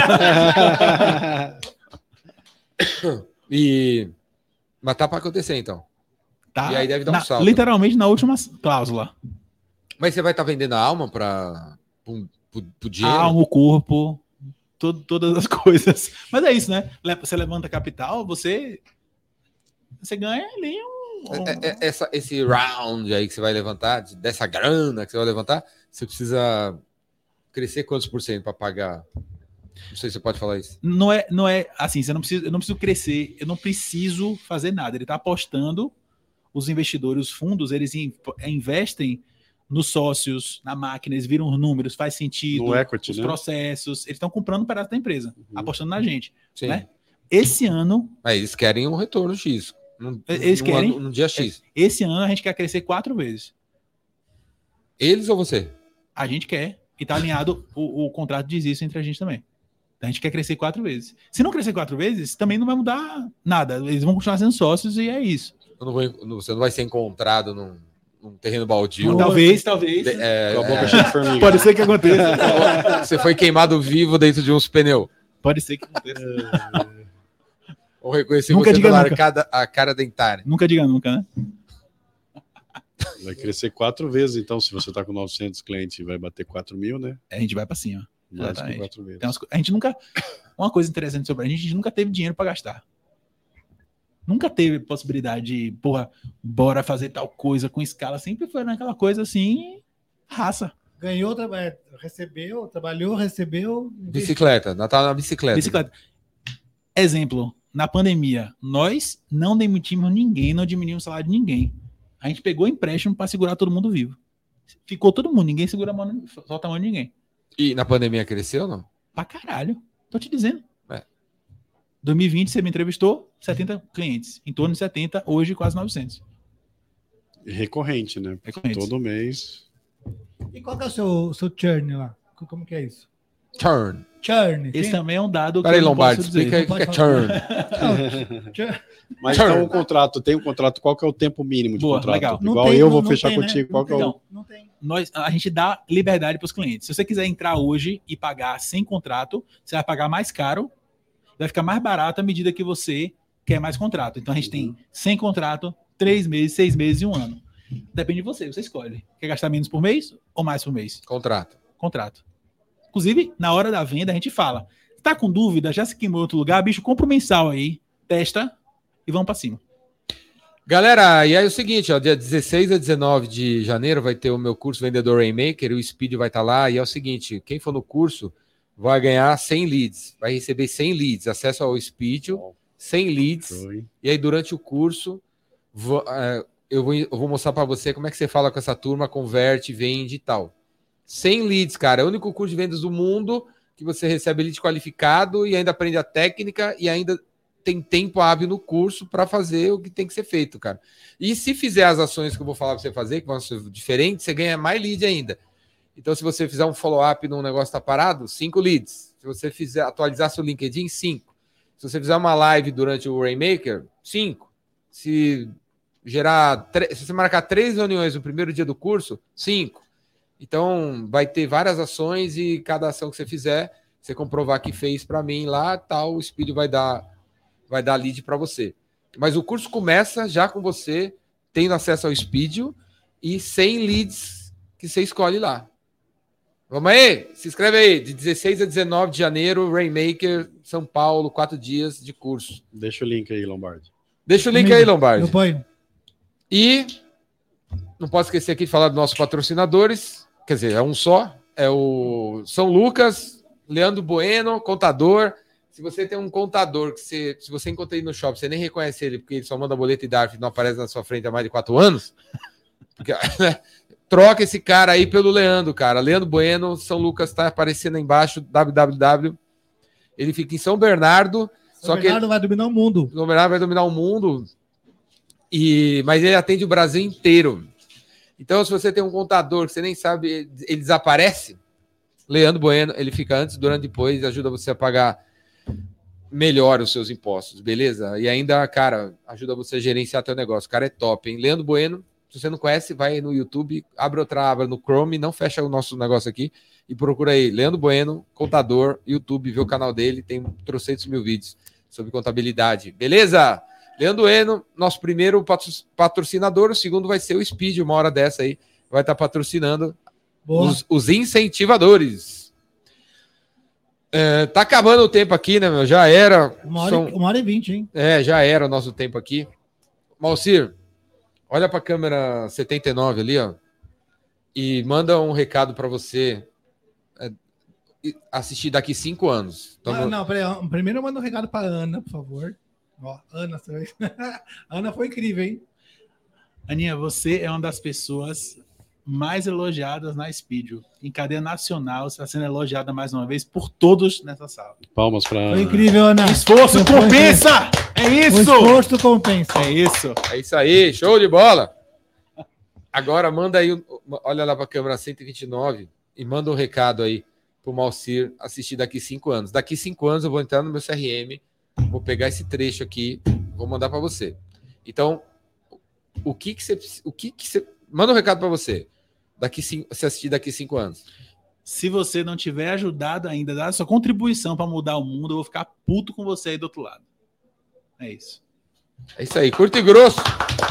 E... Mas tá para acontecer, então. Tá E aí deve dar um na- salto. Literalmente na última cláusula. Mas você vai estar vendendo a alma para o A dinheiro? alma, o corpo, todo- todas as coisas. Mas é isso, né? Le- Você levanta capital, você você ganha ali um... um- É- é- essa, esse round aí que você vai levantar, de- dessa grana que você vai levantar, você precisa crescer quantos por cento para pagar? Não sei se você pode falar isso. Não é, não é assim, você não precisa, eu não preciso crescer, eu não preciso fazer nada. Ele está apostando, os investidores, os fundos, eles in- investem nos sócios, na máquina, eles viram os números, faz sentido, No equity, os né? processos, eles estão comprando um pedaço da empresa, Uhum. apostando na gente. Sim. Né? Esse ano, Mas eles querem um retorno X. Num, Eles num querem? ano- num dia X. esse ano a gente quer crescer quatro vezes. Eles ou você? A gente quer, e está alinhado, o, o contrato diz isso entre a gente também. A gente quer crescer quatro vezes. Se não crescer quatro vezes, também não vai mudar nada. Eles vão continuar sendo sócios e é isso. Eu não vou- não- você não vai ser encontrado num, num terreno baldio. Talvez, talvez. De- é, Com a boca é, cheia de formiga. Pode ser que aconteça. você foi queimado vivo dentro de uns pneus. Pode ser que aconteça. Ou reconhecer Nunca você diga pela nunca. arcada, a cara dentária. Nunca diga nunca, né? Vai crescer quatro vezes, então, se você está com novecentos clientes, vai bater quatro mil, né? A gente vai pra cima. Mais Exatamente. que quatro vezes. Tem umas co- a gente nunca. Uma coisa interessante sobre a gente, a gente nunca teve dinheiro pra gastar. Nunca teve possibilidade de, porra, bora fazer tal coisa com escala. Sempre foi naquela coisa assim, raça. Ganhou, traba- recebeu, trabalhou, recebeu. Bicicleta, Natal na bicicleta. Bicicleta. Exemplo, na pandemia, nós não demitimos ninguém, não diminuímos o salário de ninguém. A gente pegou empréstimo pra segurar todo mundo vivo. Ficou todo mundo, ninguém segura a mão, solta a mão de ninguém. E na pandemia cresceu ou não? Pra caralho. Tô te dizendo. É. dois mil e vinte, você me entrevistou, setenta clientes. Em torno de setenta, hoje quase novecentos. Recorrente, né? Recorrentes. Todo mês. E qual que é o seu, seu churn lá? Como que é isso? Churn. Churn. Esse tem- também é um dado Peraí, eu não Lombardi, posso dizer. explica aí o que é churn. Não, churn. Mas Churn. então o contrato, tem um contrato, qual que é o tempo mínimo de Boa, contrato? legal. Não Igual tem, eu não- vou não fechar tem, né? contigo, Não qual que é o... Não. Não tem. Nós, a gente dá liberdade para os clientes. Se você quiser entrar hoje e pagar sem contrato, você vai pagar mais caro, vai ficar mais barato à medida que você quer mais contrato. Então a gente tem sem contrato, três meses, seis meses e um ano. Depende de você, você escolhe. Quer gastar menos por mês ou mais por mês? Contrato. Contrato. Inclusive, na hora da venda, a gente fala: tá com dúvida, já se queimou em outro lugar, bicho, compra o mensal aí, testa e vamos para cima. Galera, e aí é o seguinte, ó, dia dezesseis a dezenove de janeiro vai ter o meu curso Vendedor Rainmaker, o Speed vai estar lá, e é o seguinte, quem for no curso vai ganhar cem leads, vai receber cem leads, acesso ao Speed, cem leads, Foi. e aí durante o curso vou, é, eu, vou, eu vou mostrar para você como é que você fala com essa turma, converte, vende e tal. cem leads, cara, é o único curso de vendas do mundo que você recebe lead qualificado e ainda aprende a técnica e ainda tem tempo hábil no curso para fazer o que tem que ser feito, cara. E se fizer as ações que eu vou falar para você fazer, que vão ser diferentes, você ganha mais lead ainda. Então, se você fizer um follow-up num negócio que está parado, cinco leads. Se você fizer atualizar seu LinkedIn, cinco. Se você fizer uma live durante o Rainmaker, cinco. Se gerar, se você marcar três reuniões no primeiro dia do curso, cinco. Então, vai ter várias ações e cada ação que você fizer, você comprovar que fez para mim lá, tal, o Speed vai dar vai dar lead para você. Mas o curso começa já com você tendo acesso ao Speed e cem leads que você escolhe lá. Vamos aí? Se inscreve aí. De dezesseis a dezenove de janeiro, Rainmaker, São Paulo, quatro dias de curso. Deixa o link aí, Lombardi. Deixa o link aí, Lombardi. Eu ponho. E não posso esquecer aqui de falar dos nossos patrocinadores. Quer dizer, é um só. É o São Lucas, Leandro Bueno, contador. Se você tem um contador que você, se você encontra ele no shopping, você nem reconhece ele porque ele só manda boleto e D A R F e não aparece na sua frente há mais de quatro anos, porque, troca esse cara aí pelo Leandro, cara. Leandro Bueno, São Lucas, tá aparecendo aí embaixo, www. Ele fica em São Bernardo. São Só Bernardo que vai dominar o mundo. São Bernardo vai dominar o mundo, e, mas ele atende o Brasil inteiro. Então, se você tem um contador que você nem sabe, ele desaparece, Leandro Bueno, ele fica antes, durante e depois, ajuda você a pagar melhor os seus impostos, beleza? E ainda, cara, ajuda você a gerenciar teu negócio. O cara é top, hein? Leandro Bueno, se você não conhece, vai no YouTube, abre outra aba no Chrome, não fecha o nosso negócio aqui e procura aí, Leandro Bueno, contador, YouTube, vê o canal dele, tem trocentos mil vídeos sobre contabilidade, beleza? Leandro Bueno, nosso primeiro patrocinador, o segundo vai ser o Speed, uma hora dessa aí, vai estar patrocinando os, os incentivadores. É, tá acabando o tempo aqui, né, meu? Já era. Uma hora, são... uma hora e vinte, hein? É, já era o nosso tempo aqui. Malcir, olha para a câmera setenta e nove ali, ó, e manda um recado para você é, assistir daqui cinco anos. Tamo... Ah, não, peraí. Primeiro eu mando um recado para Ana, por favor. Ó, Ana, você... Ana foi incrível, hein? Aninha, você é uma das pessoas mais elogiadas na Speedio. Em cadeia nacional, você está sendo elogiada mais uma vez por todos nessa sala. Palmas para Ana. Foi incrível, Ana. Esforço compensa! É isso! O esforço compensa. É isso. É isso aí, show de bola! Agora manda aí, olha lá para a câmera cento e vinte e nove e manda um recado aí pro Malcir assistir daqui cinco anos. Daqui cinco anos eu vou entrar no meu C R M, vou pegar esse trecho aqui, vou mandar para você. Então, o que que você, o que que você, manda um recado para você. Daqui cinco, se assistir daqui cinco anos. Se você não tiver ajudado ainda, dar a sua contribuição para mudar o mundo, eu vou ficar puto com você aí do outro lado. É isso. É isso aí, curto e grosso.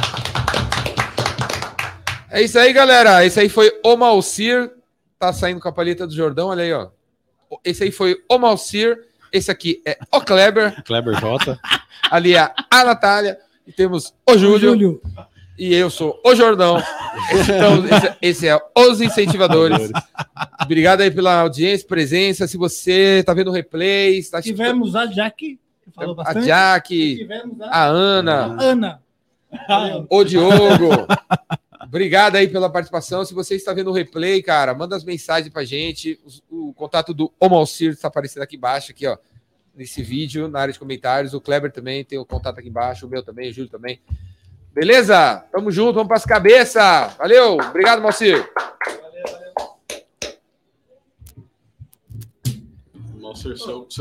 É isso aí, galera. Esse aí foi o Malcir. Tá saindo com a palheta do Jordão, olha aí, ó. Esse aí foi o Malcir. Esse aqui é o Kleber. Kleber J. Ali é a Natália. E temos o Júlio. O Júlio. E eu sou o Jordão. Então, esse, esse é Os Incentivadores. Obrigado aí pela audiência, presença. Se você tá vendo o replay... Tá... Tivemos a Jaque, que falou a bastante. Jaque, Tivemos a Ana, a Ana. o Diogo. Obrigado aí pela participação. Se você está vendo o replay, cara, manda as mensagens pra gente. O, o contato do Omalcir está aparecendo aqui embaixo, aqui, ó, nesse vídeo, na área de comentários. O Kleber também tem o contato aqui embaixo, o meu também, o Júlio também. Beleza? Tamo junto, vamos para as cabeças. Valeu, obrigado, Malcir. Malcir, seu